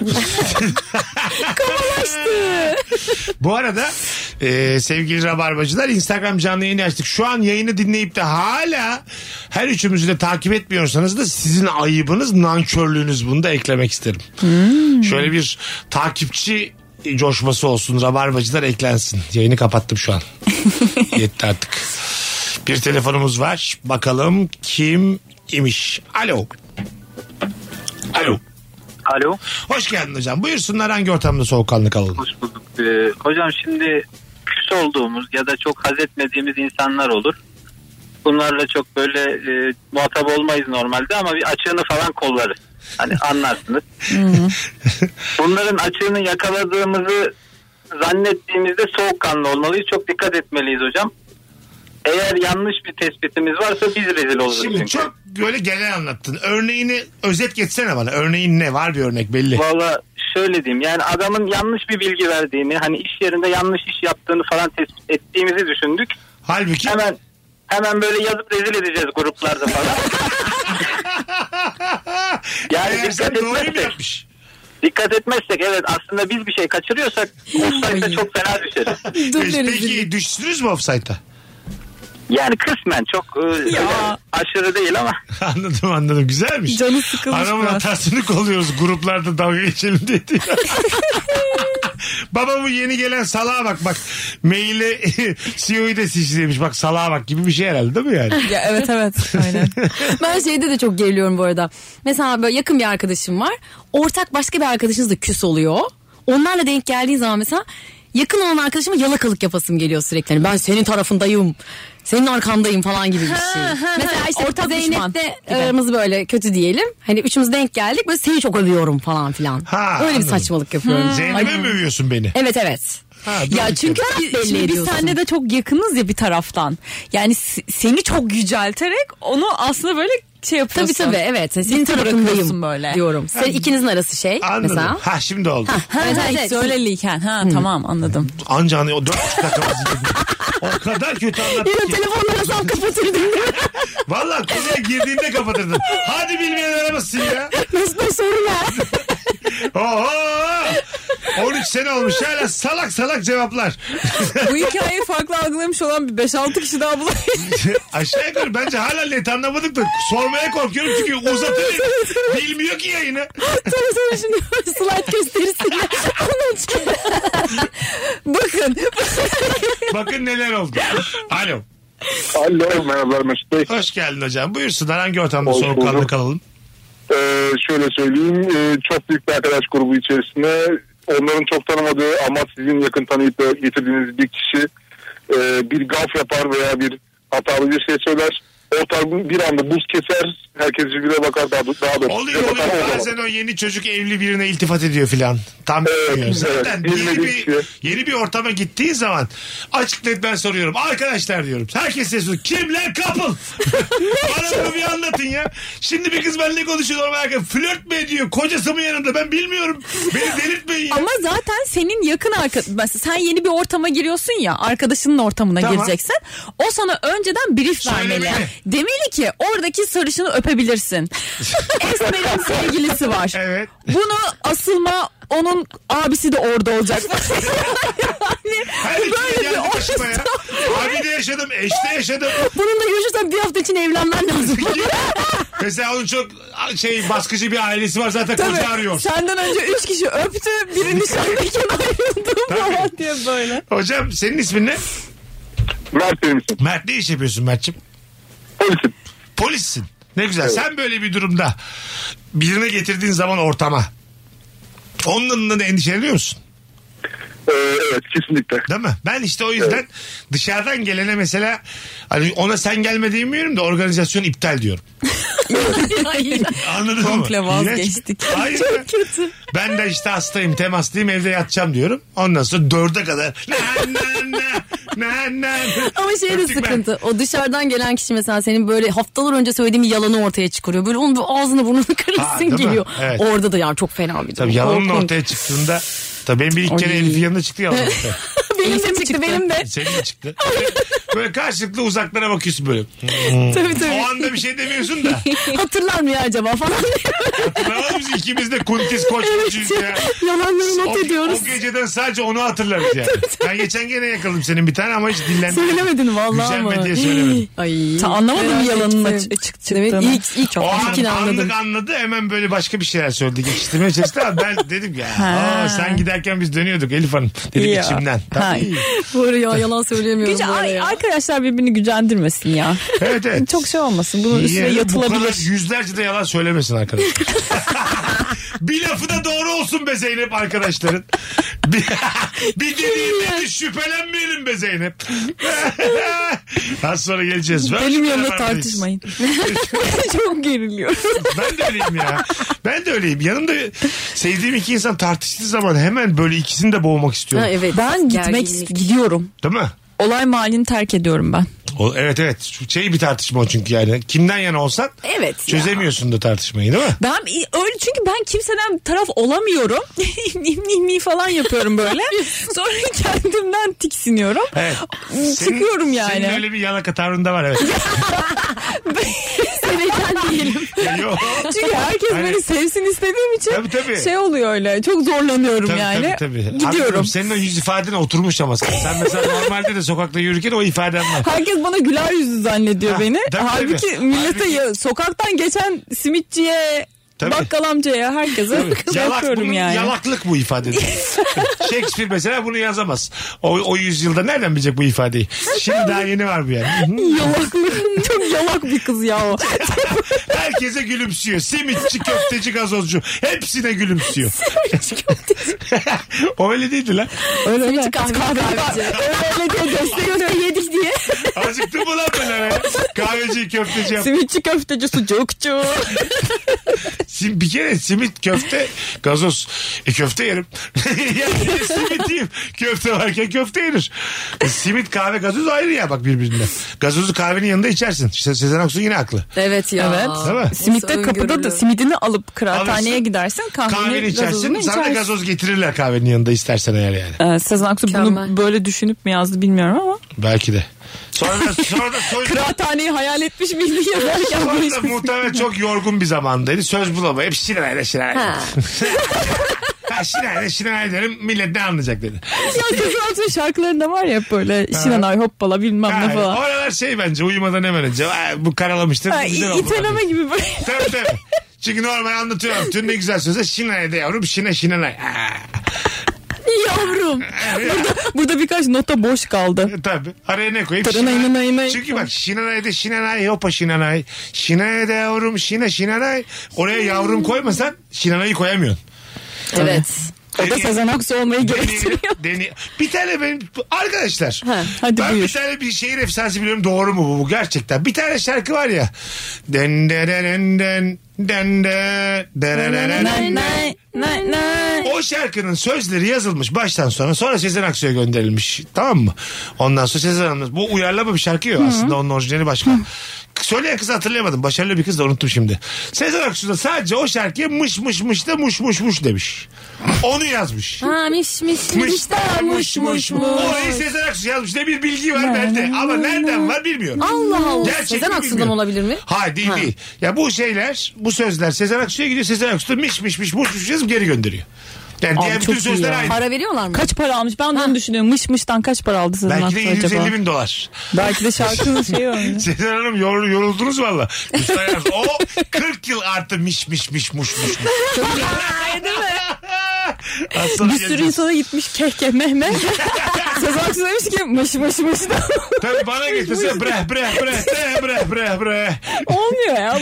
Kafalaştı. Bu arada sevgili Rabarbacılar Instagram canlı yayını açtık. Şu an yayını dinleyip de hala her üçümüzü de takip etmiyorsanız da sizin ayıbınız, nankörlüğünüz, bunu da eklemek isterim. Şöyle bir takipçi coşması olsun. Rabarbacılar eklensin. Yayını kapattım şu an. Yetti artık. Bir telefonumuz var. Bakalım kim imiş. Alo. Alo. Alo. Hoş geldin hocam. Buyursunlar, hangi ortamda soğukkanlı kalalım? Hoş bulduk. Hocam şimdi küs olduğumuz ya da çok haz etmediğimiz insanlar olur. Bunlarla çok böyle muhatap olmayız normalde ama bir açığını falan kollarız. Hani anlarsınız. Bunların açığını yakaladığımızı zannettiğimizde soğukkanlı olmalıyız. Çok dikkat etmeliyiz hocam. Eğer yanlış bir tespitimiz varsa biz rezil oluruz. Şimdi çünkü. çok böyle genel anlattın. Örneğini özet geçsene bana. Örneğin ne? Var bir örnek belli. Valla şöyle diyeyim, yani adamın yanlış bir bilgi verdiğini, hani iş yerinde yanlış iş yaptığını falan tespit ettiğimizi düşündük. Halbuki Hemen böyle yazıp rezil edeceğiz gruplarda falan. Yani dikkat etmezsek evet, aslında biz bir şey kaçırıyorsak offside'da çok fena düşeriz. Peki düştünüz mü offside'da? Yani kısmen çok aşırı değil ama. Anladım. Güzelmiş. Canı sıkılmış. Adamın hatasını kolluyoruz gruplarda, dalga geçelim dedi. Baba bu yeni gelen salağa bak. Maili CEO'yu da sişlemiş. Bak salağa bak gibi bir şey herhalde değil mi yani? Ya evet aynen. Ben şeyde de çok geriliyorum bu arada. Mesela böyle yakın bir arkadaşım var. Ortak başka bir arkadaşınız da küs oluyor. Onlarla denk geldiği zaman mesela yakın olan arkadaşıma yalakalık yapasım geliyor sürekli. Yani ben senin tarafındayım, senin arkandayım falan gibi bir şey. Mesela işte ortak Zeynep'te aramız böyle kötü diyelim. Hani üçümüz denk geldik, böyle seni çok övüyorum falan filan. Öyle bir saçmalık yapıyorum. Zeynep'e mi övüyorsun beni? Evet. Ya çünkü biz seninle de çok yakınız ya bir taraftan. Yani seni çok yücelterek onu aslında böyle şey yapıyorsun. Tabii evet. Senin tarafındayım böyle diyorum. Sen ikinizin arası şey. Anladım. Mesela. Ha şimdi oldu. Evet. Öyleyken. Tamam anladım. Anca hani o 4,5 dakika o kadar kötü anlattı ki. Telefonları sal kapatırdın değil mi? Valla konuya girdiğinde kapatırdın. Hadi bilmeyen aramasın ya. Nasıl soru ver? Oho! 13 sene olmuş hala salak cevaplar. Bu hikayeyi farklı algılamış olan bir 5-6 kişi daha bulayım. Aşağı yukarı bence hala net anlamadık da sormaya korkuyorum çünkü uzatıyor. Bilmiyor ki yayını. Tabii şimdi slide gösterisinde anlatacağım. Bakın neler oldu. Alo. Alo merhabalar Mesut Bey. Hoş geldin hocam. Buyursunlar, hangi ortamda soğukkanlı kalalım? Şöyle söyleyeyim, çok büyük bir arkadaş grubu içerisinde onların çok tanımadığı ama sizin yakın tanıyıp da getirdiğiniz bir kişi bir gaf yapar veya bir hatalı bir şey söyler. Ortam bir anda buz keser, herkes birbirine bakar, daha da oluyor. Bazen o yeni çocuk evli birine iltifat ediyor filan. Tam bilmiyor. Zaten yeni bir ortama gittiğin zaman açık net ben soruyorum. Arkadaşlar diyorum. Herkes size soruyor. Kimler couple? Bana bunu bir anlatın ya. Şimdi bir kız benimle konuşuyor normal. Flört mü ediyor? Kocası mı yanında? Ben bilmiyorum. Beni delirtmeyin ya. Ama zaten senin yakın mesela sen yeni bir ortama giriyorsun ya, arkadaşının ortamına gireceksin. O sana önceden brief vermeli. Demeli ki oradaki sarışını öpebilirsin. Esmer'in sevgilisi var. Evet. Bunu asılma onun abisi de orada olacak. Her ikisi geldi başıma ya. Abi de yaşadım, eşte yaşadım. Bununla görüşürsen bir hafta için evlenmen lazım. Mesela onun çok baskıcı bir ailesi var zaten koca arıyor. Senden önce 3 kişi öptü. Biri nişanlıyken ayrıldı falan diye böyle. Hocam senin ismin ne? Mert benim için. Mert, ne iş yapıyorsun Mert'ciğim? Polisim. Polissin. Ne güzel. Sen böyle bir durumda birine getirdiğin zaman ortama onunla da endişeleniyor musun? Evet, kesinlikle. Değil mi? Ben işte o yüzden dışarıdan gelene mesela hani ona sen gelme demiyorum da organizasyon iptal diyorum. Anladın mı? Komple vazgeçtik. Hayır. Çok kötü. Ben de işte hastayım, temaslıyım, evde yatacağım diyorum. Ondan sonra 4'e kadar Ama şey de sıkıntı. O dışarıdan gelen kişi mesela senin böyle haftalar önce söylediğin bir yalanı ortaya çıkarıyor. Böyle onun ağzını burnunu kırılsın geliyor. Evet. Orada da yani çok fena bir durum. Tabii yalanın ortaya çıktığında tabii benim bir ilk kere Elif'in yanında çıktı yalan ortaya. Benim de çıktı, benim de. Senin de çıktı. Böyle karşılıklı uzaklara bakıyorsun böyle. Tabii. O anda bir şey demiyorsun da. Hatırlar mı ya acaba falan. Hatırlamaz biz ikimiz de Kuntis Koçmuş'uyuz ya. Yalanları not ediyoruz. O geceden sadece onu hatırlarız yani. Ben geçen gene yakaladım senin bir tane ama hiç dinlenmedim. Söylemedin vallahi ama. Güzel diye söylemedim. Ay. Anlamadım yalanın çıktığını. Evet, ilk O ilkini anladım. anladı hemen böyle başka bir şeyler söyledi. Geçiştirmeye çalıştı ama ben dedim ya. Sen giderken biz dönüyorduk Elif Hanım. Dedik Ya. içimden. Tabii. Bu ara ya yalan söyleyemiyorum bu ara ya. Arkadaşlar birbirini gücendirmesin ya. Evet. Çok şey olmasın. Bunun üstüne Bu yatılabilir. kadar yüzlerce de yalan söylemesin arkadaşlar. Bir lafı da doğru olsun be Zeynep arkadaşların. Bir dediğinden de şüphelenmeyelim be Zeynep. Az sonra geleceğiz. Benim yanımda tartışmayın. Çok geriliyorum. Ben de öyleyim ya. Ben de öyleyim. Yanımda sevdiğim iki insan tartıştığı zaman hemen böyle ikisini de boğmak istiyorum. Ha, evet. Ben gidiyorum. Değil mi? Olay mahallini terk ediyorum ben. Evet. Bir tartışma o çünkü yani. Kimden yana olsan çözemiyorsun da tartışmayı değil mi? Ben öyle çünkü ben kimseden taraf olamıyorum. Mi falan yapıyorum böyle. Sonra kendimden tiksiniyorum. Evet. Çıkıyorum yani. Senin öyle bir yalaka tavrında var evet. Sevecen değilim. Yok. Çünkü herkes beni sevsin istediğim için tabii. şey oluyor öyle. Çok zorlanıyorum yani. Tabii. Gidiyorum. Anladım. Senin o yüz ifaden oturmuş ama sen mesela normalde de sokakta yürürken o ifaden var. Herkes bana güler yüzlü zannediyor beni. Halbuki millete sokaktan geçen simitçiye, bakkal amcaya, herkese yapıyorum yani. Yalaklık bu ifade. Shakespeare mesela bunu yazamaz. O yüzyılda nereden bilecek bu ifadeyi? Şimdi daha yeni var bu yani. Yalaklık. Çok yalak bir kız ya o. Herkese gülümsüyor. Simitçi, köfteci, gazozcu. Hepsine gülümsüyor. Simitçi, köfteci. O öyle değildi lan. Simitçi kahveci. Öyle diye köfte yedik diye. Acıktın mı lan böyle? Kahveci, köfteci yap. Simitçi, köfteci, sucukçu. Bir kere simit, köfte, gazoz. Köfte yerim. Yani simit yiyeyim. Köfte varken köfte yenir. Simit, kahve, gazoz ayrı ya bak birbirinden. Gazozu kahvenin yanında içersin. İşte Sezen Aksu yine haklı. Evet ya. Evet. Değil mi? Simitte kapıda da simidini alıp kıraathaneye gidersin. Kahveni içersin. Sana da içersin. gazoz getirirler kahvenin yanında istersen eğer yani. Sezen Aksu bunu böyle düşünüp mi yazdı bilmiyorum ama. Belki de. Sonra da kıraathaneyi hayal etmiş miydi yazarken? Sonra da muhtemelen çok yorgun bir zamandaydı. Söz bulamayıp şinayla. Şinay derim millet ne anlayacak dedi. Ya Sezen Aksu'nun şarkılarında var ya böyle şinanay hoppala bilmem ne falan. Oralar bence uyumadan hemen önce bu karalamıştır. İteleme gibi böyle. Tabii. Çünkü normal anlatıyorum. Tüm ne güzel sözler şinayda yavrum şinay. Yavrum. Burada birkaç nota boş kaldı. Tabii. Araya ne koyayım? Çünkü bak şinanay hoppa şinanay. Şinayda yavrum şinay. Oraya yavrum koymasan şinanayı koyamıyorsun. Evet. O da Sezen Aksu olmayı gerektiriyor. Bir tane benim arkadaşlar. Hadi ben buyur. bir tane bir şehir efsanesi biliyorum, doğru mu bu gerçekten? Bir tane şarkı var ya. O şarkının sözleri yazılmış baştan sona, sonra Sezen Aksu'ya gönderilmiş, tamam mı? Ondan sonra Sezen Hanım, bu uyarlama bir şarkı yok aslında, onun orijinali başka. Söyleyen kızı hatırlayamadım, başarılı bir kız da unuttum şimdi. Sezen Aksu da sadece o şarkıya mış da muş demiş. Onu yazmış. Mış da muş. Orayı Sezen Aksu yazmış. Ne bir bilgi var bende. Ama nereden var bilmiyorum. Allah. Gerçekten Sezen Aksu'dan bilmiyorum. olabilir mi? Hayır değil. Ya bu şeyler, bu sözler Sezen Aksu'ya gidiyor. Sezen Aksu da mış muş yazıp geri gönderiyor. Yani diğer Abi bütün çok iyi sözler ya. aynı. Para veriyorlar mı? Kaç para almış? Ben de onu düşünüyorum. Mıştan kaç para aldı Sezen Belki de Aksu acaba? 750 bin dolar. Belki de şarkının şeyi öyle. Sezen Hanım yoruldunuz valla. O 40 yıl artı miş muş. Değil mi? Aslında Bir sürü insana gitmiş kehkeh mehmeh. Sezen Aksu demiş ki mış. Tabii bana getirse bre. Olmuyor ya.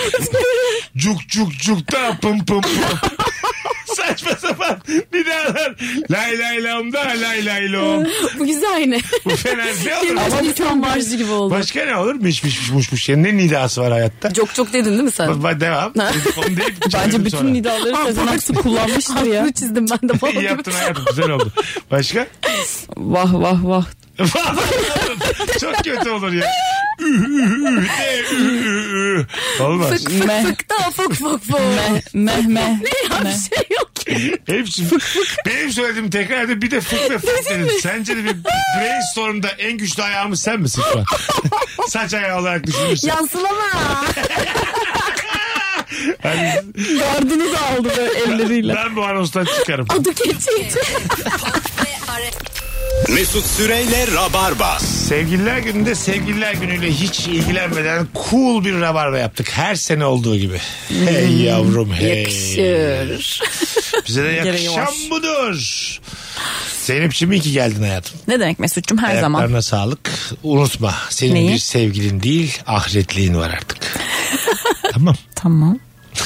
Cuk da pım. Saçma sapan nidalar. Lay lom. Bu güzel yine. Bu fena ne olur? Ama bir tam marşı gibi oldu. Başka ne olur? Muş. Yani ne nidası var hayatta? Çok dedin değil mi sen? Devam. Onu deyip Bence çevirdim bütün sonra. nidaları Sezen Aksu kullanmıştır ya. Bunu çizdim ben de. İyi yaptın hayatım. Güzel oldu. Başka? Vah. Çok kötü olur ya. Olmaz. Fık da fık. Meh. Bir şey yok ki. Hepsi benim söylediğim tekrar edip bir de fık dedim. Sence de bir brainstorm'da en güçlü ayağımız sen misin şu an? Saç ayağı olarak düşünürsen. Yansılama. Hani, Gardını da aldı böyle elleriyle. ben bu anonstan çıkarım. Adı keçiydi. Mesut Süreyle Rabarba. Sevgililer gününde sevgililer günüyle hiç ilgilenmeden cool bir rabarba yaptık. Her sene olduğu gibi. Hey yavrum hey. Yakışır. Bize de yakışan budur. Zeynep'ciğim iyi ki geldin hayatım. Ne demek Mesut'cum her zaman. Ayaklarına sağlık. Unutma senin Neyi? bir sevgilin değil ahiretliğin var artık. Tamam. Tamam.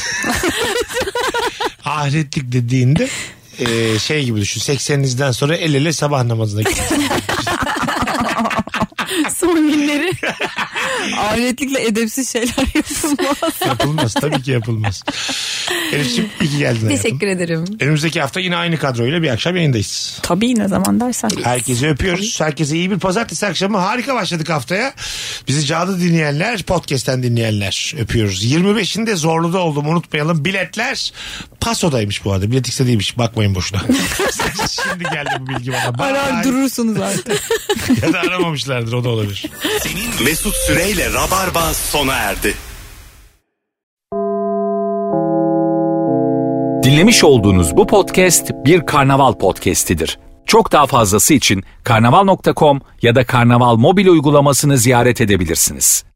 Ahiretlik dediğinde şey gibi düşün. 80'inizden sonra el ele sabah namazına gidin. Son günleri. Ahiretlikle edepsiz şeyler yapılmaz. Yapılmaz. Tabii ki yapılmaz. Elif'ciğim iyi ki geldin hayatım. Teşekkür ederim. Önümüzdeki hafta yine aynı kadroyla bir akşam yayındayız. Tabii ne zaman dersen. Herkese öpüyoruz. Herkese iyi bir pazartesi akşamı. Harika başladık haftaya. Bizi canlı dinleyenler, podcast'ten dinleyenler öpüyoruz. 25'inde Zorlu'da oldum unutmayalım. Biletler Paso'daymış bu arada. Bilet X'de değilmiş. Bakmayın boşuna. Şimdi geldi bu bilgi bana. Arar durursunuz artık. Ya da aramamışlardır, o da olabilir. Mesut Süreyle Rabarba sona erdi. Dinlemiş olduğunuz bu podcast bir karnaval podcastidir. Çok daha fazlası için karnaval.com ya da karnaval mobil uygulamasını ziyaret edebilirsiniz.